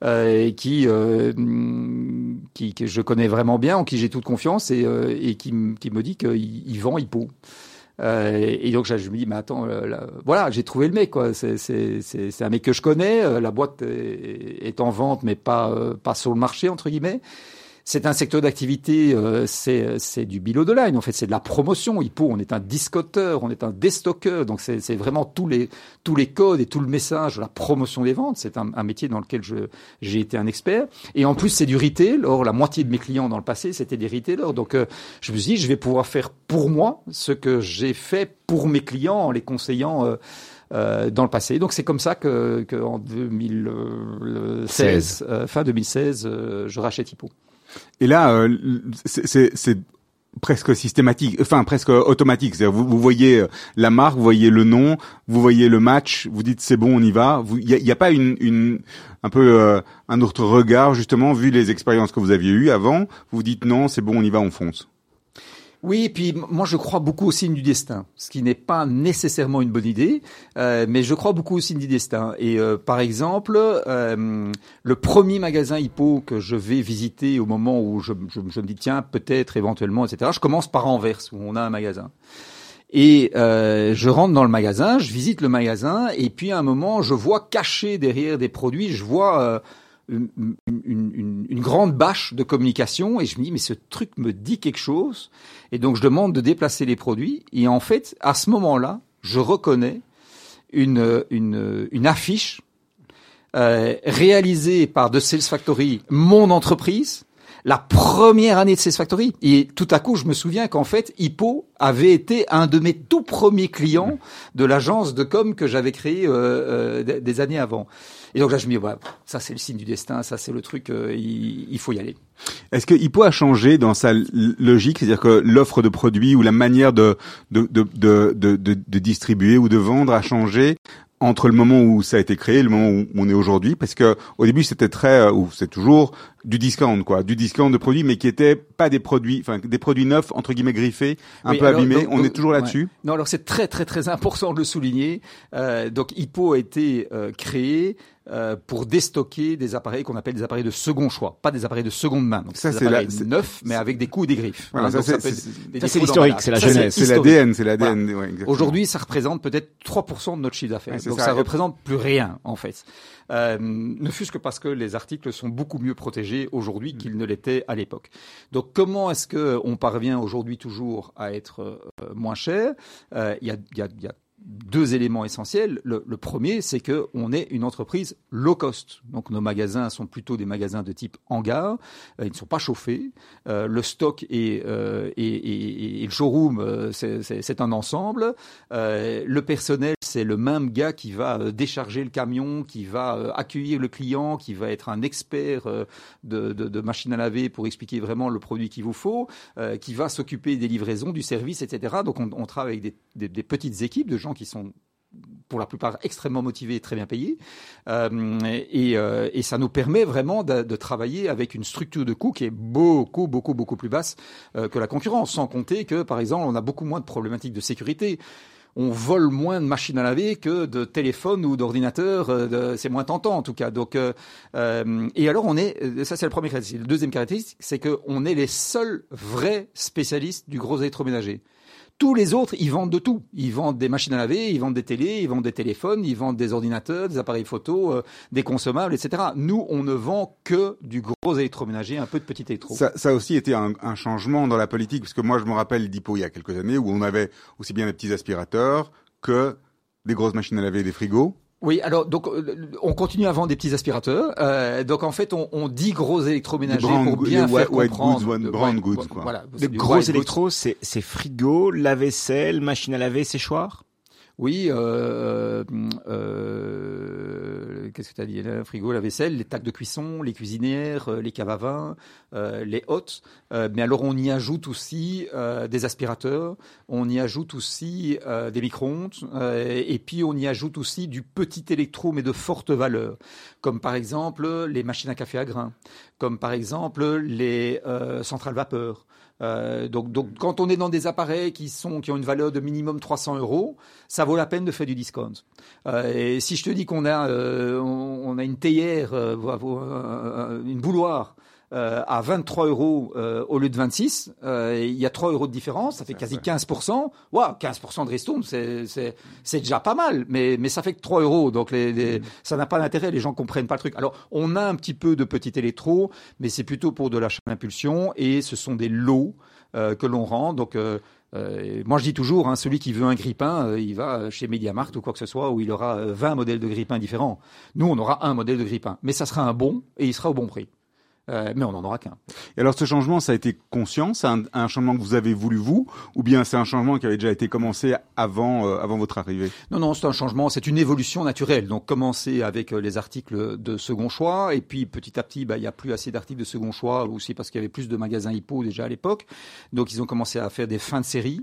qui que je connais vraiment bien, en qui j'ai toute confiance, et qui me dit qu'il vend Hippo. Et donc je me dis mais attends, voilà, j'ai trouvé le mec, quoi. C'est un mec que je connais. La boîte est en vente, mais pas sur le marché, entre guillemets. C'est un secteur d'activité, c'est du below the line. En fait, c'est de la promotion. Hippo, on est un discoteur, on est un déstockeur. Donc, c'est vraiment tous les codes et tout le message, la promotion des ventes. C'est un métier dans lequel j'ai été un expert. Et en plus, c'est du retail. Or, la moitié de mes clients dans le passé, c'était des retailers. Donc, je me suis dit, je vais pouvoir faire pour moi ce que j'ai fait pour mes clients en les conseillant dans le passé. Donc c'est comme ça que en 2016, fin 2016, je rachète Hippo. Et là, c'est presque systématique, enfin presque automatique. C'est-à-dire vous voyez la marque, vous voyez le nom, vous voyez le match, vous dites c'est bon, on y va. Il y a pas un peu un autre regard justement vu les expériences que vous aviez eues avant. Vous dites non, c'est bon, on y va, on fonce. Oui, et puis moi je crois beaucoup au signe du destin, ce qui n'est pas nécessairement une bonne idée, mais je crois beaucoup au signe du destin. Et par exemple, le premier magasin Hippo que je vais visiter au moment où je me dis tiens, peut-être, éventuellement, etc., je commence par Anvers, où on a un magasin. Et je rentre dans le magasin, je visite le magasin, et puis à un moment, je vois caché derrière des produits, je vois une grande bâche de communication, et je me dis mais ce truc me dit quelque chose, et donc je demande de déplacer les produits, et en fait à ce moment-là je reconnais une affiche réalisée par The Sales Factory, mon entreprise, la première année de Sales Factory, et tout à coup je me souviens qu'en fait Hippo avait été un de mes tout premiers clients de l'agence de com que j'avais créée des années avant. Et donc là, je me dis, ouais, ça c'est le signe du destin, ça c'est le truc, il faut y aller. Est-ce que Hippo a changé dans sa logique, c'est-à-dire que l'offre de produits ou la manière de distribuer ou de vendre a changé entre le moment où ça a été créé et le moment où on est aujourd'hui? Parce que au début, c'était ou c'est toujours du discount, quoi, du discount de produits, mais qui étaient pas des produits, enfin des produits neufs entre guillemets griffés, un peu abîmés. On est toujours là-dessus. Ouais. Non, alors c'est très très très important de le souligner. Donc Hippo a été créé pour déstocker des appareils qu'on appelle des appareils de second choix, pas des appareils de seconde main. Donc ça, des appareils neufs, mais avec des coups et des griffes. Voilà, donc c'est l'historique, c'est la jeunesse. C'est l'ADN, c'est l'ADN. Voilà. Ouais, aujourd'hui, ça représente peut-être 3% de notre chiffre d'affaires. Ouais, donc ça représente plus rien, en fait. Ne fût-ce que parce que les articles sont beaucoup mieux protégés aujourd'hui qu'ils ne l'étaient à l'époque. Donc comment est-ce que on parvient aujourd'hui toujours à être moins cher? Il y a deux éléments essentiels. Le premier, c'est que on est une entreprise low cost. Donc nos magasins sont plutôt des magasins de type hangar. Ils ne sont pas chauffés. Le stock et le showroom, c'est un ensemble. Le personnel, c'est le même gars qui va décharger le camion, qui va accueillir le client, qui va être un expert de machine à laver pour expliquer vraiment le produit qu'il vous faut, qui va s'occuper des livraisons, du service, etc. Donc on travaille avec des petites équipes de gens qui sont pour la plupart extrêmement motivés et très bien payés. Et ça nous permet vraiment de travailler avec une structure de coût qui est beaucoup plus basse que la concurrence, sans compter que, par exemple, on a beaucoup moins de problématiques de sécurité. On vole moins de machines à laver que de téléphones ou d'ordinateurs. C'est moins tentant, en tout cas. Donc, et alors, ça c'est la première caractéristique. La deuxième caractéristique, c'est qu'on est les seuls vrais spécialistes du gros électroménager. Tous les autres, ils vendent de tout. Ils vendent des machines à laver, ils vendent des télés, ils vendent des téléphones, ils vendent des ordinateurs, des appareils photo, des consommables, etc. Nous, on ne vend que du gros électroménager, un peu de petit électro. Ça a aussi été un changement dans la politique, parce que moi, je me rappelle d'Hippo il y a quelques années, où on avait aussi bien des petits aspirateurs que des grosses machines à laver et des frigos. Oui, alors donc on continue à vendre des petits aspirateurs. Donc en fait, on dit gros électroménagers pour bien faire comprendre. Brown goods, quoi. Voilà, les gros électros, c'est frigo, lave-vaisselle, machine à laver, séchoir. Oui, qu'est-ce que tu as dit? Le frigo, la vaisselle, les tacs de cuisson, les cuisinières, les caves à vin, les hottes. Mais alors, on y ajoute aussi des aspirateurs, on y ajoute aussi des micro-ondes, et puis on y ajoute aussi du petit électro, mais de forte valeur, comme par exemple les machines à café à grains, comme par exemple les centrales vapeur. Donc, quand on est dans des appareils qui ont une valeur de minimum 300 €, ça vaut la peine de faire du discount. Et si je te dis qu'on a une théière, une bouilloire, à 23 € au lieu de 26, il y a 3 € de différence, ça fait quasi 15%. Waouh, 15% de ristourne, c'est déjà pas mal, mais ça fait que 3 €, donc ça n'a pas d'intérêt, les gens comprennent pas le truc. Alors, on a un petit peu de petit électro, mais c'est plutôt pour de l'achat d'impulsion, et ce sont des lots que l'on rend. Donc moi je dis toujours, celui qui veut un grille-pain, il va chez MediaMarkt ou quoi que ce soit, où il aura 20 modèles de grille-pain différents. Nous, on aura un modèle de grille-pain, mais ça sera un bon, et il sera au bon prix. Mais on n'en aura qu'un. Et alors ce changement, ça a été conscient? C'est un changement que vous avez voulu vous, ou bien c'est un changement qui avait déjà été commencé avant votre arrivée? Non, c'est un changement, c'est une évolution naturelle. Donc commencer avec les articles de second choix, et puis petit à petit, il y a plus assez d'articles de second choix, aussi parce qu'il y avait plus de magasins Hippo déjà à l'époque. Donc ils ont commencé à faire des fins de série.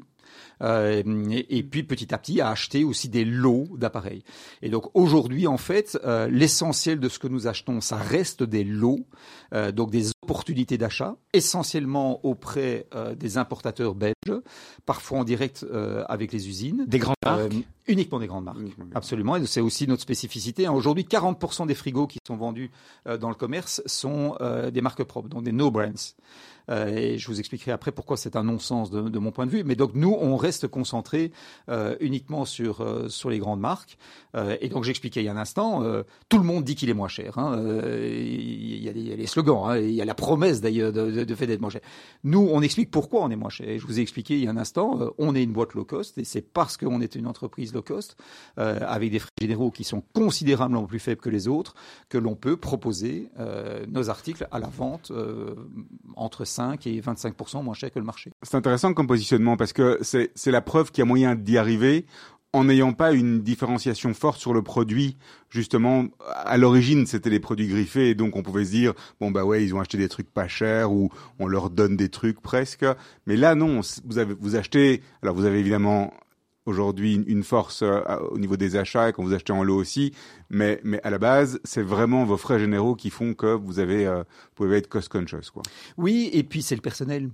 Et puis petit à petit à acheter aussi des lots d'appareils. Et donc aujourd'hui en fait, l'essentiel de ce que nous achetons, ça reste des lots, donc des opportunités d'achat, essentiellement auprès des importateurs belges, parfois en direct avec les usines. Des grandes marques. Uniquement des grandes marques, absolument. Et c'est aussi notre spécificité. Aujourd'hui, 40% des frigos qui sont vendus dans le commerce sont des marques propres, donc des no brands. Et je vous expliquerai après pourquoi c'est un non-sens de mon point de vue. Mais donc nous, on reste concentré uniquement sur les grandes marques. Et donc j'expliquais il y a un instant, tout le monde dit qu'il est moins cher. Il y a les slogans, il y a la promesse d'ailleurs de fait d'être moins cher. Nous, on explique pourquoi on est moins cher. Et je vous ai expliqué il y a un instant, on est une boîte low cost, et c'est parce qu'on est une entreprise low cost, avec des frais généraux qui sont considérablement plus faibles que les autres, que l'on peut proposer nos articles à la vente entre 5 et 25% moins cher que le marché. C'est intéressant comme positionnement, parce que c'est la preuve qu'il y a moyen d'y arriver en n'ayant pas une différenciation forte sur le produit. Justement, à l'origine, c'était les produits griffés, et donc on pouvait se dire, ils ont acheté des trucs pas chers, ou on leur donne des trucs presque. Mais là, non, vous achetez, alors vous avez évidemment aujourd'hui une force au niveau des achats et quand vous achetez en lot aussi, mais à la base, c'est vraiment vos frais généraux qui font que vous pouvez être cost conscious, quoi. Oui, et puis c'est le personnel.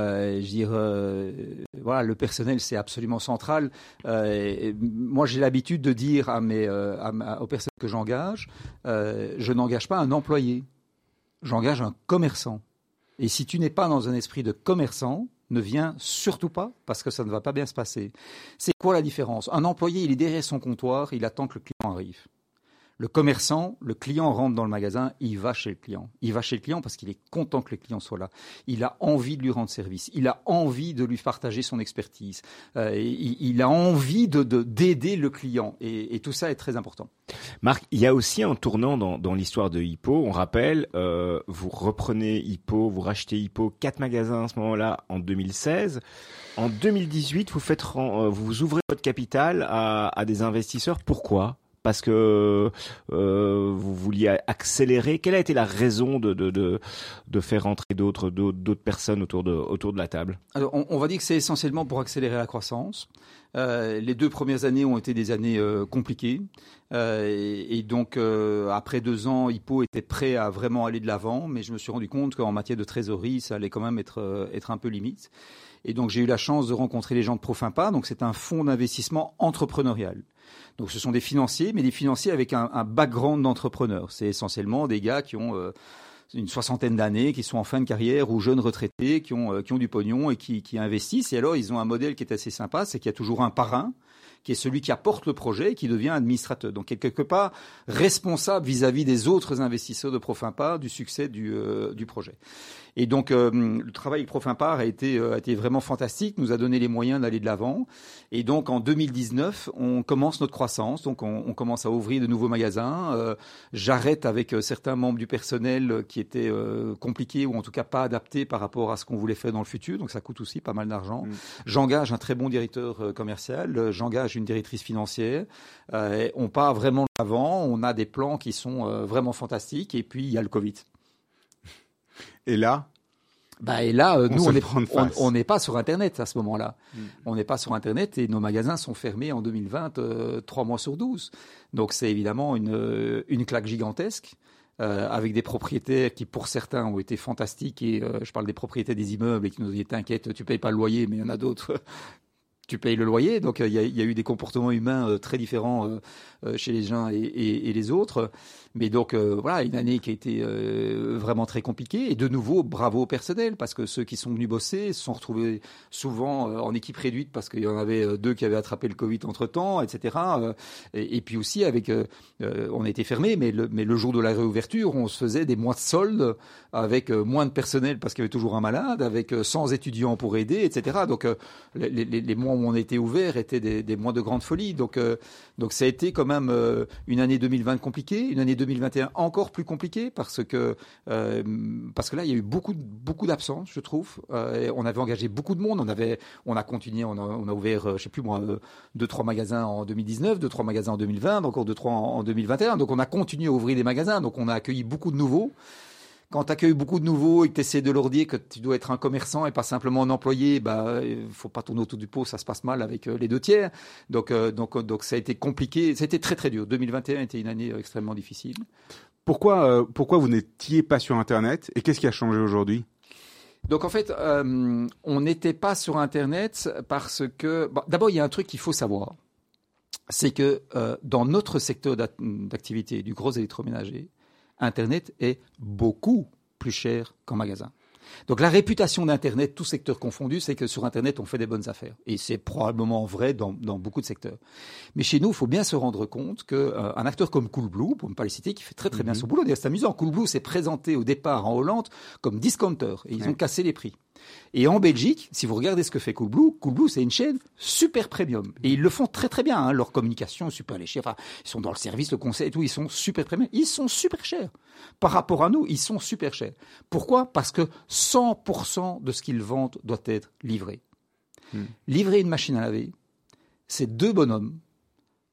Voilà, le personnel, c'est absolument central. Moi, j'ai l'habitude de dire aux personnes que j'engage, je n'engage pas un employé, j'engage un commerçant. Et si tu n'es pas dans un esprit de commerçant, ne viens surtout pas, parce que ça ne va pas bien se passer. C'est quoi la différence ? Un employé, il est derrière son comptoir, il attend que le client arrive. Le commerçant, le client rentre dans le magasin, il va chez le client. Il va chez le client parce qu'il est content que le client soit là. Il a envie de lui rendre service. Il a envie de lui partager son expertise. Il a envie d'aider le client. Et tout ça est très important. Marc, il y a aussi un tournant dans l'histoire de Hippo. On rappelle, vous reprenez Hippo, vous rachetez Hippo, 4 magasins à ce moment-là en 2016. En 2018, vous ouvrez votre capital à des investisseurs. Pourquoi ? Parce que vous vouliez accélérer. Quelle a été la raison de faire rentrer d'autres personnes autour de la table ? Alors, on va dire que c'est essentiellement pour accélérer la croissance. Les 2 premières années ont été des années compliquées. Et donc, après 2 ans, Hippo était prêt à vraiment aller de l'avant. Mais je me suis rendu compte qu'en matière de trésorerie, ça allait quand même être un peu limite. Et donc, j'ai eu la chance de rencontrer les gens de Profinpa. Donc, c'est un fonds d'investissement entrepreneurial. Donc, ce sont des financiers, mais des financiers avec un background d'entrepreneurs. C'est essentiellement des gars qui ont une 60aine d'années, qui sont en fin de carrière ou jeunes retraités, qui ont du pognon et qui investissent. Et alors, ils ont un modèle qui est assez sympa, c'est qu'il y a toujours un parrain, qui est celui qui apporte le projet et qui devient administrateur. Donc, quelque part, responsable vis-à-vis des autres investisseurs de Profinpa du succès du projet. Et donc, le travail avec Profinpa a été vraiment fantastique, nous a donné les moyens d'aller de l'avant. Et donc, en 2019, on commence notre croissance. Donc, on commence à ouvrir de nouveaux magasins. J'arrête avec certains membres du personnel qui étaient compliqués ou en tout cas pas adaptés par rapport à ce qu'on voulait faire dans le futur. Donc, ça coûte aussi pas mal d'argent. J'engage un très bon directeur commercial. J'engage une directrice financière. On part vraiment de l'avant. On a des plans qui sont vraiment fantastiques. Et puis, il y a le Covid. Et là, nous, on n'est pas sur Internet à ce moment-là. On n'est pas sur Internet et nos magasins sont fermés en 2020, 3 mois sur 12. Donc, c'est évidemment une claque gigantesque. Avec des propriétaires qui, pour certains, ont été fantastiques. Et je parle des propriétaires des immeubles et qui nous disaient « T'inquiète, tu payes pas le loyer », mais il y en a d'autres... Tu payes le loyer, donc il y a eu des comportements humains très différents chez les uns et les autres. Mais donc voilà, une année qui a été vraiment très compliquée. Et de nouveau, bravo au personnel, parce que ceux qui sont venus bosser se sont retrouvés souvent en équipe réduite parce qu'il y en avait 2 qui avaient attrapé le Covid entre-temps, etc. Et puis aussi, on était fermés, mais le jour de la réouverture, on se faisait des mois de solde avec moins de personnel parce qu'il y avait toujours un malade, avec 100 étudiants pour aider, etc. Donc les mois où on était ouvert étaient des mois de grande folie. Donc ça a été quand même une année 2020 compliquée, une année 2021 encore plus compliquée parce que là il y a eu beaucoup d'absences, je trouve. On avait engagé beaucoup de monde, on a continué, on a ouvert je sais plus moi 2-3 magasins en 2019, 2-3 magasins en 2020, encore 2-3 en 2021. Donc on a continué à ouvrir des magasins, donc on a accueilli beaucoup de nouveaux. Quand tu accueilles beaucoup de nouveaux et que tu essaies de leur dire que tu dois être un commerçant et pas simplement un employé, faut pas tourner autour du pot, ça se passe mal avec les 2 tiers. Donc ça a été compliqué, ça a été très très dur. 2021 était une année extrêmement difficile. Pourquoi vous n'étiez pas sur Internet et qu'est-ce qui a changé aujourd'hui ? Donc en fait, on n'était pas sur Internet parce que d'abord il y a un truc qu'il faut savoir, c'est que dans notre secteur d'activité du gros électroménager, Internet est beaucoup plus cher qu'en magasin. Donc la réputation d'Internet, tout secteur confondu, c'est que sur Internet, on fait des bonnes affaires. Et c'est probablement vrai dans beaucoup de secteurs. Mais chez nous, il faut bien se rendre compte qu'un acteur comme Coolblue, pour ne pas le citer, qui fait très très bien son boulot, d'ailleurs c'est amusant, Coolblue s'est présenté au départ en Hollande comme discounter et ils ont cassé les prix. Et en Belgique, si vous regardez ce que fait Coolblue, c'est une chaîne super premium. Et ils le font très très bien, hein. Leur communication est super léchée. Enfin, ils sont dans le service, le conseil et tout, ils sont super premium. Ils sont super chers. Par rapport à nous, ils sont super chers. Pourquoi ? Parce que 100% de ce qu'ils vendent doit être livré. Livrer une machine à laver, c'est 2 bonhommes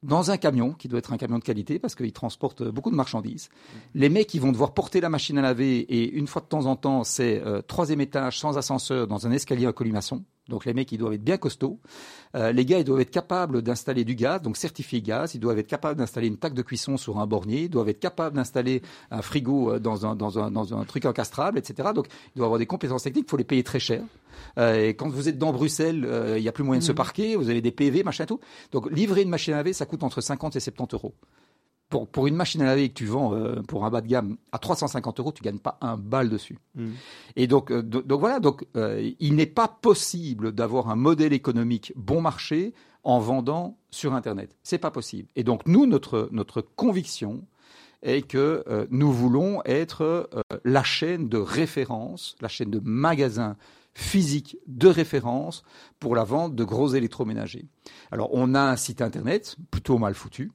dans un camion, qui doit être un camion de qualité, parce qu'il transporte beaucoup de marchandises. Les mecs, ils vont devoir porter la machine à laver, et une fois de temps en temps, c'est 3e étage, sans ascenseur, dans un escalier en colimaçon. Donc les mecs, ils doivent être bien costauds. Les gars, ils doivent être capables d'installer du gaz, donc certifié gaz. Ils doivent être capables d'installer une plaque de cuisson sur un bornier. Ils doivent être capables d'installer un frigo dans un truc encastrable, etc. Donc ils doivent avoir des compétences techniques. Il faut les payer très cher. Et quand vous êtes dans Bruxelles, il n'y a plus moyen de se parquer. Vous avez des PV, machin tout. Donc livrer une machine à laver, ça coûte entre 50 et 70 euros. Pour une machine à laver que tu vends pour un bas de gamme à 350 euros, tu gagnes pas un bal dessus. Et donc voilà, il n'est pas possible d'avoir un modèle économique bon marché en vendant sur Internet. C'est pas possible. Et donc nous, notre conviction est que nous voulons être la chaîne de référence, la chaîne de magasins physiques de référence pour la vente de gros électroménagers. Alors on a un site Internet plutôt mal foutu.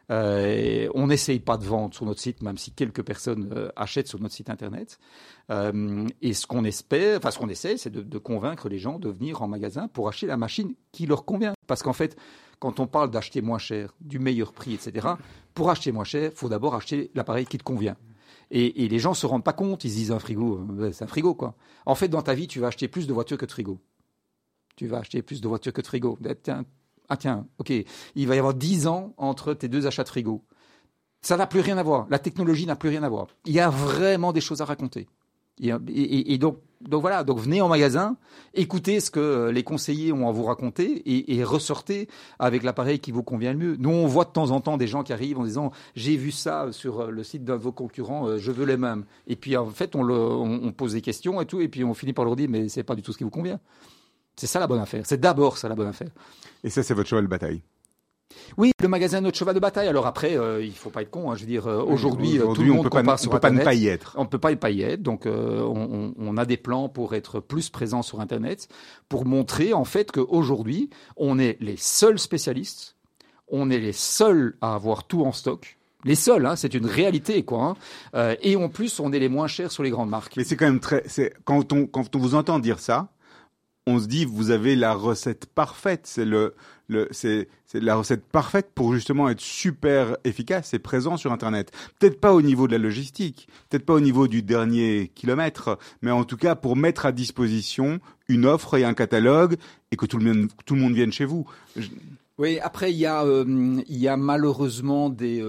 On n'essaye pas de vendre sur notre site, même si quelques personnes achètent sur notre site Internet. Et ce qu'on essaie, c'est de convaincre les gens de venir en magasin pour acheter la machine qui leur convient. Parce qu'en fait, quand on parle d'acheter moins cher, du meilleur prix, etc., pour acheter moins cher, il faut d'abord acheter l'appareil qui te convient. Et les gens se rendent pas compte, ils se disent un frigo, c'est un frigo quoi. En fait, dans ta vie, tu vas acheter plus de voitures que de frigo. Tu vas acheter plus de voitures que de frigo. Tiens, ok, il va y avoir 10 ans entre tes deux achats de frigo. Ça n'a plus rien à voir. La technologie n'a plus rien à voir. Il y a vraiment des choses à raconter. Et donc voilà, donc venez en magasin, écoutez ce que les conseillers ont à vous raconter et ressortez avec l'appareil qui vous convient le mieux. Nous, on voit de temps en temps des gens qui arrivent en disant « j'ai vu ça sur le site d'un de vos concurrents, je veux les mêmes ». Et puis en fait, on pose des questions et tout, et puis on finit par leur dire « mais c'est pas du tout ce qui vous convient ». C'est ça la bonne affaire. C'est d'abord ça la bonne affaire. Et ça, c'est votre cheval de bataille. Oui, le magasin est notre cheval de bataille. Alors après, il faut pas être con. Je veux dire, aujourd'hui, tout le monde compare sur Internet. On peut pas ne pas y être. On peut pas y être. Donc, on a des plans pour être plus présent sur Internet, pour montrer en fait qu'aujourd'hui, on est les seuls spécialistes, on est les seuls à avoir tout en stock. Les seuls, c'est une réalité, quoi. Et en plus, on est les moins chers sur les grandes marques. Mais c'est quand même quand on vous entend dire ça, on se dit vous avez la recette parfaite. C'est la recette parfaite pour justement être super efficace et présent sur Internet. Peut-être pas au niveau de la logistique, peut-être pas au niveau du dernier kilomètre, mais en tout cas pour mettre à disposition une offre et un catalogue et que tout le monde vienne chez vous. Oui, après il y a malheureusement des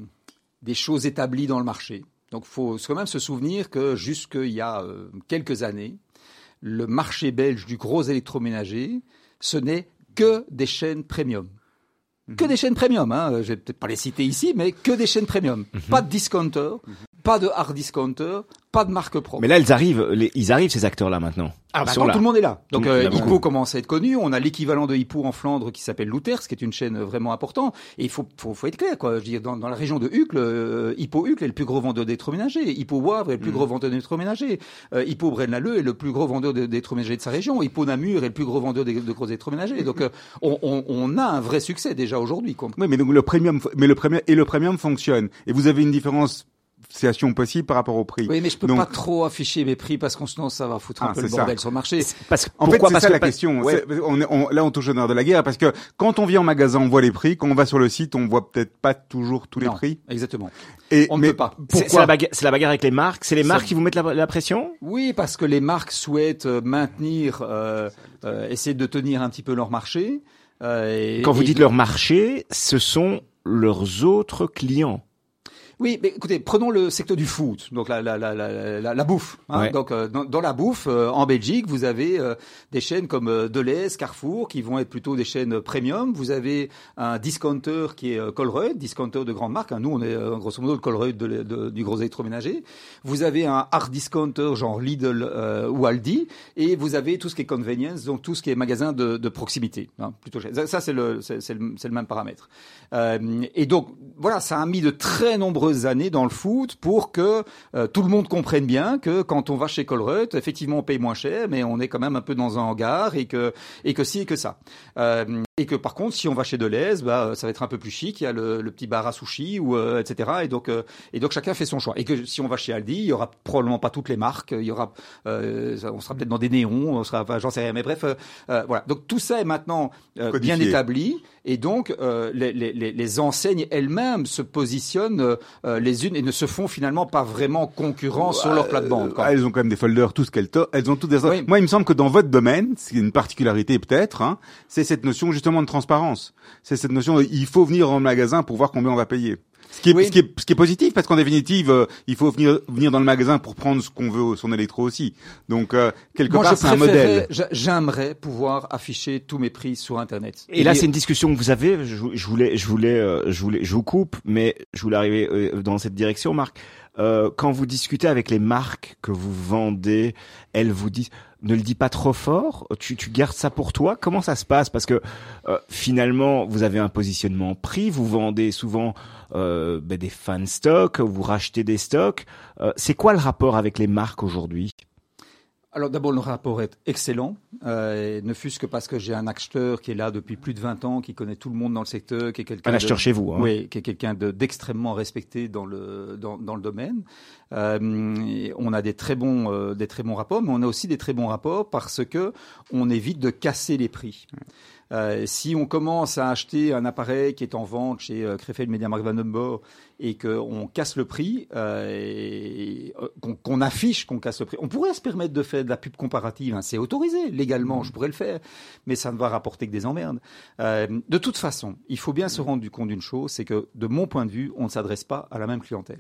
choses établies dans le marché. Donc faut quand même se souvenir que jusqu'il y a quelques années, le marché belge du gros électroménager, ce n'est que des chaînes premium. Que des chaînes premium, je vais peut-être pas les citer ici, mais que des chaînes premium. Pas de discounter, pas de hard discounter, pas de marque propre. Mais là, ils arrivent ces acteurs-là maintenant. Ah bah tout le monde est là. Donc Hippo commence à être connu. On a l'équivalent de Hippo en Flandre qui s'appelle Louters, qui est une chaîne vraiment importante. Et il faut être clair, quoi. Je veux dire, dans la région de Uccle, Hippo Uccle est le plus gros vendeur d'électroménagers. Hippo Wavre est le plus gros vendeur d'électroménagers. Hippo Braine-l'Alleud est le plus gros vendeur d'électroménagers de sa région. Hippo Namur est le plus gros vendeur de gros électroménagers. Donc on a un vrai succès déjà aujourd'hui, quoi. Oui, mais donc le premium fonctionne. Et vous avez une différenciation possible par rapport au prix. Oui, mais je peux pas trop afficher mes prix parce que sinon ça va foutre un peu le bordel sur le marché. En fait, c'est ça la question. Ouais. Là, on touche au nerf de la guerre parce que quand on vient en magasin, on voit les prix. Quand on va sur le site, on voit peut-être pas toujours tous les prix. Exactement. On ne peut pas. C'est la bagarre avec les marques. C'est les marques qui vous mettent la pression? Oui, parce que les marques souhaitent maintenir, essayer de tenir un petit peu leur marché. Quand vous dites leur marché, ce sont leurs autres clients. Oui, mais écoutez, prenons le secteur du food, donc la bouffe. Ouais. Donc dans la bouffe, en Belgique, vous avez des chaînes comme Delhaize, Carrefour, qui vont être plutôt des chaînes premium. Vous avez un discounter qui est Colruyt, discounter de grande marque. Nous, on est grosso modo le Colruyt du gros électroménager. Vous avez un hard discounter genre Lidl ou Aldi, et vous avez tout ce qui est convenience, donc tout ce qui est magasin de proximité. Plutôt ça, c'est le même paramètre. Et donc voilà, ça a mis de très nombreuses nombreuses années dans le foot pour que tout le monde comprenne bien que quand on va chez Colruyt, effectivement on paye moins cher, mais on est quand même un peu dans un hangar et que ci et que ça. Et que par contre, si on va chez Deleuze, ça va être un peu plus chic. Il y a le petit bar à sushi ou etc. Et donc chacun fait son choix. Et que si on va chez Aldi, il y aura probablement pas toutes les marques. Il y aura, on sera peut-être dans des néons. On sera, j'en sais rien. Mais bref, voilà. Donc tout ça est maintenant bien établi. Et donc les enseignes elles-mêmes se positionnent les unes et ne se font finalement pas vraiment concurrence sur leur plate-bande. Elles ont quand même des folders, tout ce elles ont toutes des. Oui. Moi, il me semble que dans votre domaine, c'est une particularité peut-être, hein, c'est cette notion justement de transparence. C'est cette notion il faut venir en magasin pour voir combien on va payer. Ce qui est positif parce qu'en définitive, il faut venir dans le magasin pour prendre ce qu'on veut, son électro aussi. Donc quelque part, c'est un modèle. J'aimerais pouvoir afficher tous mes prix sur Internet. Et là, c'est une discussion que vous avez. Je vous coupe, mais je voulais arriver dans cette direction, Marc. Quand vous discutez avec les marques que vous vendez, elles vous disent ne le dis pas trop fort, tu gardes ça pour toi. Comment ça se passe? Parce que finalement, vous avez un positionnement prix, vous vendez souvent des fan stocks, vous rachetez des stocks. C'est quoi le rapport avec les marques aujourd'hui? Alors d'abord, le rapport est excellent, ne fût-ce que parce que j'ai un acheteur qui est là depuis plus de 20 ans, qui connaît tout le monde dans le secteur, qui est quelqu'un un acheteur chez vous, hein. Oui, qui est quelqu'un d'extrêmement respecté dans le domaine. On a des très bons rapports, mais on a aussi des très bons rapports parce que on évite de casser les prix. Si on commence à acheter un appareil qui est en vente chez Krefeld MediaMarkt Vandenborg et qu'on casse le prix, qu'on affiche qu'on casse le prix, on pourrait se permettre de faire de la pub comparative. Hein, c'est autorisé légalement, je pourrais le faire, mais ça ne va rapporter que des emmerdes. De toute façon, il faut bien se rendre compte d'une chose, c'est que de mon point de vue, on ne s'adresse pas à la même clientèle.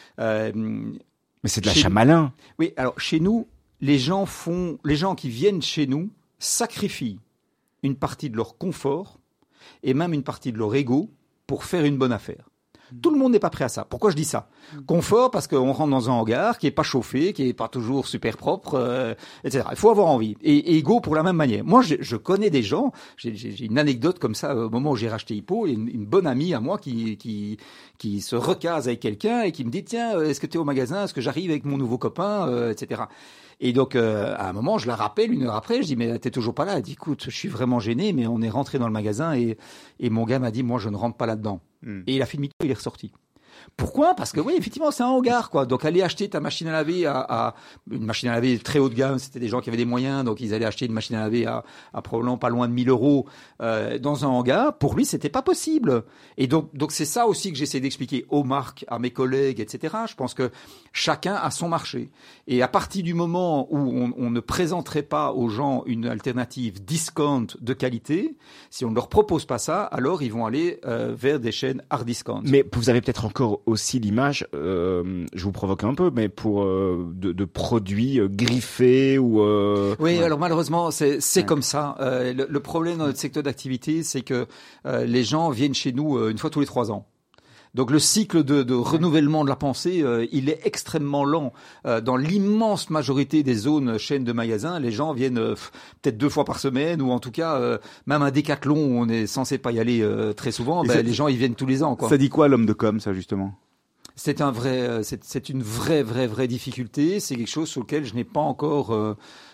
Mais c'est de l'achat malin. Oui, alors chez nous, les gens qui viennent chez nous sacrifient une partie de leur confort et même une partie de leur ego pour faire une bonne affaire. Tout le monde n'est pas prêt à ça. Pourquoi je dis ça? Confort, parce qu'on rentre dans un hangar qui est pas chauffé, qui est pas toujours super propre, etc. Il faut avoir envie. Et ego pour la même manière. Moi, je connais des gens, j'ai une anecdote comme ça, au moment où j'ai racheté Hippo, une bonne amie à moi qui se recase avec quelqu'un et qui me dit, tiens, est-ce que tu es au magasin? Est-ce que j'arrive avec mon nouveau copain, etc. Et donc, à un moment, je la rappelle 1 heure après, je dis, mais t'es toujours pas là? Elle dit, écoute, je suis vraiment gêné, mais on est rentré dans le magasin et mon gars m'a dit, moi, je ne rentre pas là-dedans. Et il a fait demi-tour, il est ressorti. Pourquoi? Parce que oui, effectivement, c'est un hangar, quoi. Donc, aller acheter ta machine à laver une machine à laver très haut de gamme, c'était des gens qui avaient des moyens, donc ils allaient acheter une machine à laver à probablement pas loin de 1 000 € dans un hangar. Pour lui, c'était pas possible. Et donc c'est ça aussi que j'essaie d'expliquer aux marques, à mes collègues, etc. Je pense que chacun a son marché. Et à partir du moment où on ne présenterait pas aux gens une alternative discount de qualité, si on ne leur propose pas ça, alors ils vont aller vers des chaînes hard discount. Mais vous avez peut-être encore aussi l'image, je vous provoque un peu, mais pour de produits griffés ou... Oui, alors malheureusement, c'est comme ça. Le problème dans notre secteur d'activité, c'est que les gens viennent chez nous une fois tous les 3 ans. Donc le cycle de renouvellement de la pensée, il est extrêmement lent. Dans l'immense majorité des zones chaînes de magasins, les gens viennent peut-être 2 fois par semaine, ou en tout cas même un Décathlon où on est censé pas y aller très souvent. Les gens ils viennent tous les ans, quoi. Ça dit quoi l'homme de com, ça justement? C'est une vraie difficulté. C'est quelque chose sur lequel je n'ai pas encore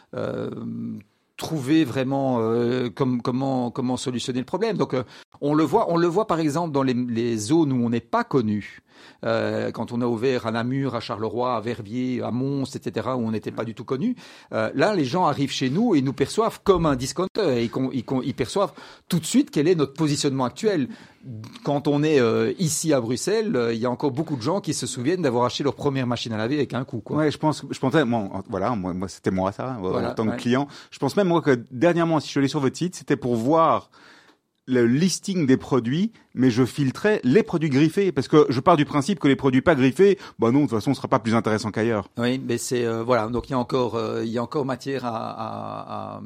trouver vraiment comment solutionner le problème. Donc on le voit par exemple dans les zones où on n'est pas connu. Quand on a ouvert à Namur, à Charleroi, à Verviers, à Mons, etc., où on n'était pas du tout connu, là les gens arrivent chez nous et nous perçoivent comme un discounter et ils perçoivent tout de suite quel est notre positionnement actuel. Quand on est ici à Bruxelles, il y a encore beaucoup de gens qui se souviennent d'avoir acheté leur première machine à laver avec un coup, quoi. Ouais, je pensais, moi c'était moi ça, voilà, en tant que client. Je pense même moi que dernièrement, si je suis allé sur votre site, c'était pour voir le listing des produits, mais je filtrais les produits griffés parce que je pars du principe que les produits pas griffés, non, de toute façon, ce sera pas plus intéressant qu'ailleurs. Oui, mais c'est voilà, donc il y a encore matière à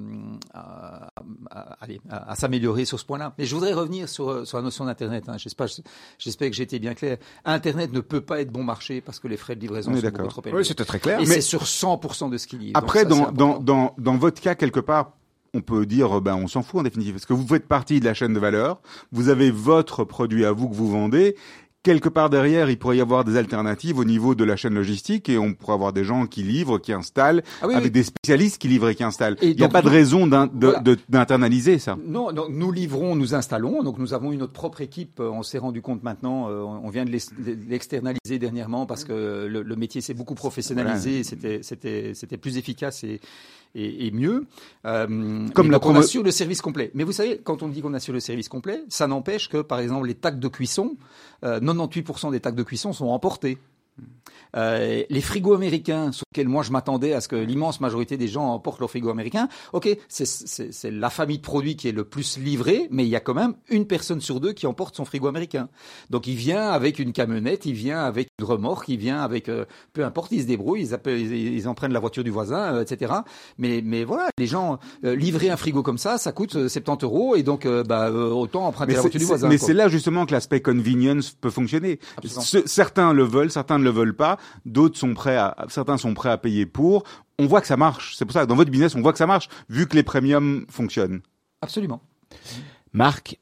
s'améliorer sur ce point-là. Mais je voudrais revenir sur la notion d'internet. Hein. J'espère que j'ai été bien clair. Internet ne peut pas être bon marché parce que les frais de livraison sont beaucoup trop élevés. Oui, c'était très clair. Et c'est sur 100% de ce qu'il livre. Après, donc ça, dans votre cas quelque part, on peut dire, on s'en fout en définitive, parce que vous faites partie de la chaîne de valeur, vous avez votre produit à vous que vous vendez. quelque part derrière, il pourrait y avoir des alternatives au niveau de la chaîne logistique et on pourrait avoir des gens qui livrent, qui installent, avec des spécialistes qui livrent et qui installent. Il n'y a pas de raison d'internaliser ça. Non, nous livrons, nous installons. Donc nous avons notre propre équipe. On s'est rendu compte maintenant, on vient de l'externaliser dernièrement parce que le métier s'est beaucoup professionnalisé. Voilà. C'était plus efficace et mieux. Comme on assure le service complet. Mais vous savez, quand on dit qu'on assure le service complet, ça n'empêche que, par exemple, les tacs de cuisson, 98% des tacs de cuisson sont emportés. Les frigos américains, sur lesquels moi je m'attendais à ce que l'immense majorité des gens emportent leur frigo américain, ok, c'est la famille de produits qui est le plus livrée, mais il y a quand même une personne sur deux qui emporte son frigo américain. Donc il vient avec une camionnette, il vient avec une remorque, il vient avec peu importe, ils se débrouillent, ils en prennent la voiture du voisin, etc. Mais voilà, les gens livrer un frigo comme ça coûte 70 € et donc autant emprunter la voiture du voisin. Mais c'est là justement que l'aspect convenience peut fonctionner. Certains le veulent, certains ne le veulent pas. D'autres certains sont prêts à payer pour. On voit que ça marche. C'est pour ça que dans votre business, on voit que ça marche, vu que les premiums fonctionnent. Absolument. Marc,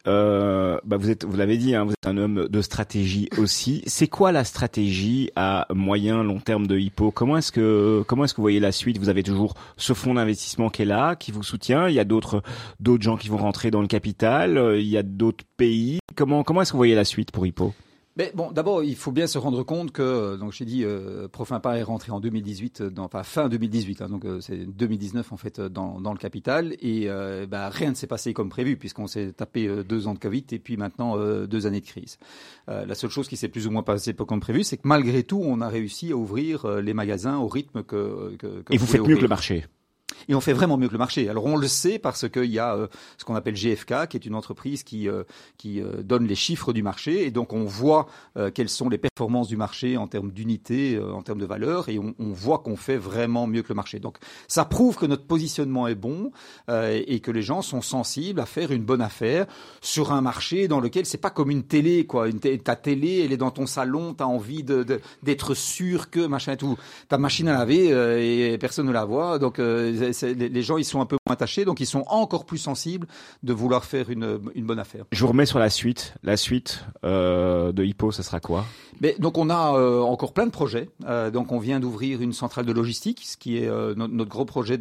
vous l'avez dit, vous êtes un homme de stratégie aussi. C'est quoi la stratégie à moyen, long terme de Hippo ? Comment est-ce que vous voyez la suite ? Vous avez toujours ce fonds d'investissement qui est là, qui vous soutient. Il y a d'autres gens qui vont rentrer dans le capital. Il y a d'autres pays. Comment est-ce que vous voyez la suite pour Hippo ? Mais bon, d'abord, il faut bien se rendre compte que, donc j'ai dit, Profinpa est rentré en 2018, fin 2018, donc c'est 2019 en fait dans le capital, et rien ne s'est passé comme prévu puisqu'on s'est tapé 2 ans de Covid et puis maintenant 2 années de crise. La seule chose qui s'est plus ou moins passée comme prévu, c'est que malgré tout, on a réussi à ouvrir les magasins au rythme que et vous faites mieux que le marché. Et on fait vraiment mieux que le marché. Alors on le sait parce qu'il y a ce qu'on appelle GfK, qui est une entreprise qui donne les chiffres du marché, et donc on voit quelles sont les performances du marché en termes d'unité, en termes de valeur, et on voit qu'on fait vraiment mieux que le marché. Donc ça prouve que notre positionnement est bon et que les gens sont sensibles à faire une bonne affaire sur un marché dans lequel c'est pas comme une télé, quoi. Ta télé, elle est dans ton salon, t'as envie d'être sûr que machin et tout. Ta machine à laver et personne ne la voit, donc les gens ils sont un peu moins attachés, donc ils sont encore plus sensibles de vouloir faire une bonne affaire. Je vous remets sur la suite. La suite de Hippo, ça sera quoi ? Donc on a encore plein de projets. Donc on vient d'ouvrir une centrale de logistique, ce qui est notre gros projet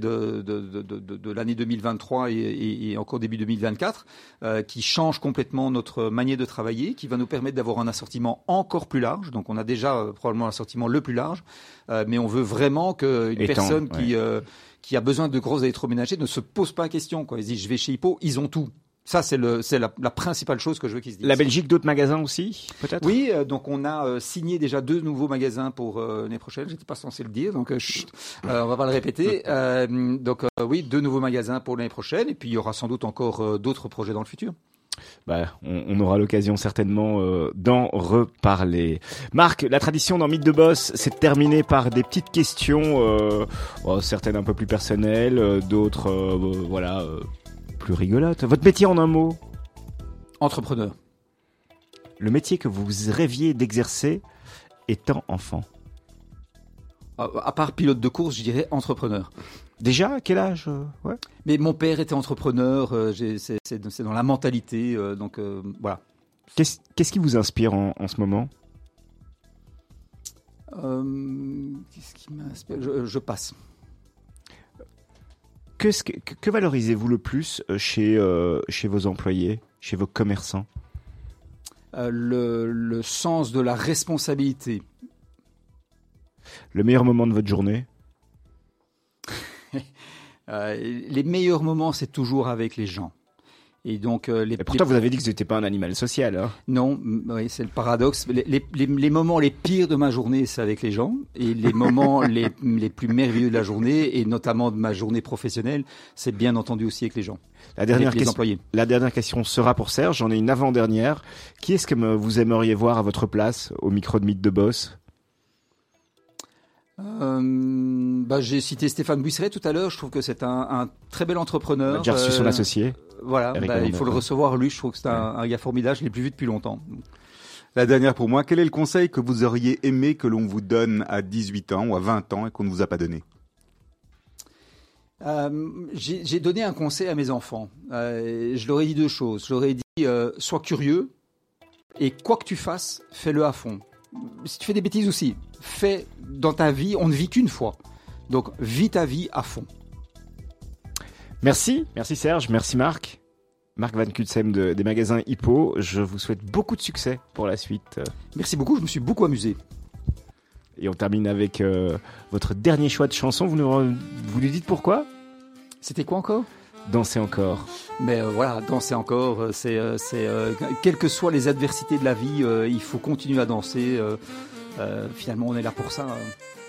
de l'année 2023 et encore début 2024, qui change complètement notre manière de travailler, qui va nous permettre d'avoir un assortiment encore plus large. Donc on a déjà probablement l'assortiment le plus large, mais on veut vraiment qu'une personne qui a besoin de gros électroménagers ne se pose pas la question, quoi. Ils disent je vais chez Hippo, ils ont tout. Ça, c'est la principale chose que je veux qu'ils se disent. La Belgique, d'autres magasins aussi, peut-être ? Oui, donc on a signé déjà 2 nouveaux magasins pour l'année prochaine. J'étais pas censé le dire, donc on va pas le répéter. Oui, 2 nouveaux magasins pour l'année prochaine, et puis il y aura sans doute encore d'autres projets dans le futur. On aura l'occasion certainement d'en reparler. Marc, la tradition dans Mythe de Boss, c'est de terminer par des petites questions, certaines un peu plus personnelles, d'autres, plus rigolotes. Votre métier en un mot ? Entrepreneur. Le métier que vous rêviez d'exercer étant enfant ? À part pilote de course, je dirais entrepreneur. Déjà, à quel âge ? Ouais. Mais mon père était entrepreneur, c'est dans la mentalité, voilà. Qu'est-ce qui vous inspire en ce moment ? Qu'est-ce qui m'inspire ? Je passe. Que valorisez-vous le plus chez vos employés, chez vos commerçants ? Le sens de la responsabilité. Le meilleur moment de votre journée ? Les meilleurs moments, c'est toujours avec les gens. Et donc, pourtant, vous avez dit que vous n'étiez pas un animal social. Hein. Non, oui, c'est le paradoxe. Les moments les pires de ma journée, c'est avec les gens. Et les moments les plus merveilleux de la journée, et notamment de ma journée professionnelle, c'est bien entendu aussi avec les gens. Les employés. La dernière question sera pour Serge. J'en ai une avant-dernière. Qui est-ce que vous aimeriez voir à votre place au micro de Mythe de Boss ? J'ai cité Stéphane Buisseret tout à l'heure. Je trouve que c'est un très bel entrepreneur. J'ai reçu son associé. Voilà, il faut le recevoir lui. Je trouve que c'est un gars formidable. Je l'ai plus vu depuis longtemps. La dernière pour moi, quel est le conseil que vous auriez aimé que l'on vous donne à 18 ans ou à 20 ans et qu'on ne vous a pas donné ? J'ai donné un conseil à mes enfants. Je leur ai dit 2 choses. Je leur ai dit sois curieux Et quoi que tu fasses, fais-le à fond. Si tu fais des bêtises aussi, fais dans ta vie, on ne vit qu'une fois. Donc, vis ta vie à fond. Merci Serge, merci Marc. Marc Van Cutsem des magasins Hippo. Je vous souhaite beaucoup de succès pour la suite. Merci beaucoup, je me suis beaucoup amusé. Et on termine avec votre dernier choix de chanson. Vous nous dites pourquoi ? C'était quoi encore ? Danser encore. Mais voilà, danser encore, c'est quelles que soient les adversités de la vie, il faut continuer à danser. Finalement, on est là pour ça.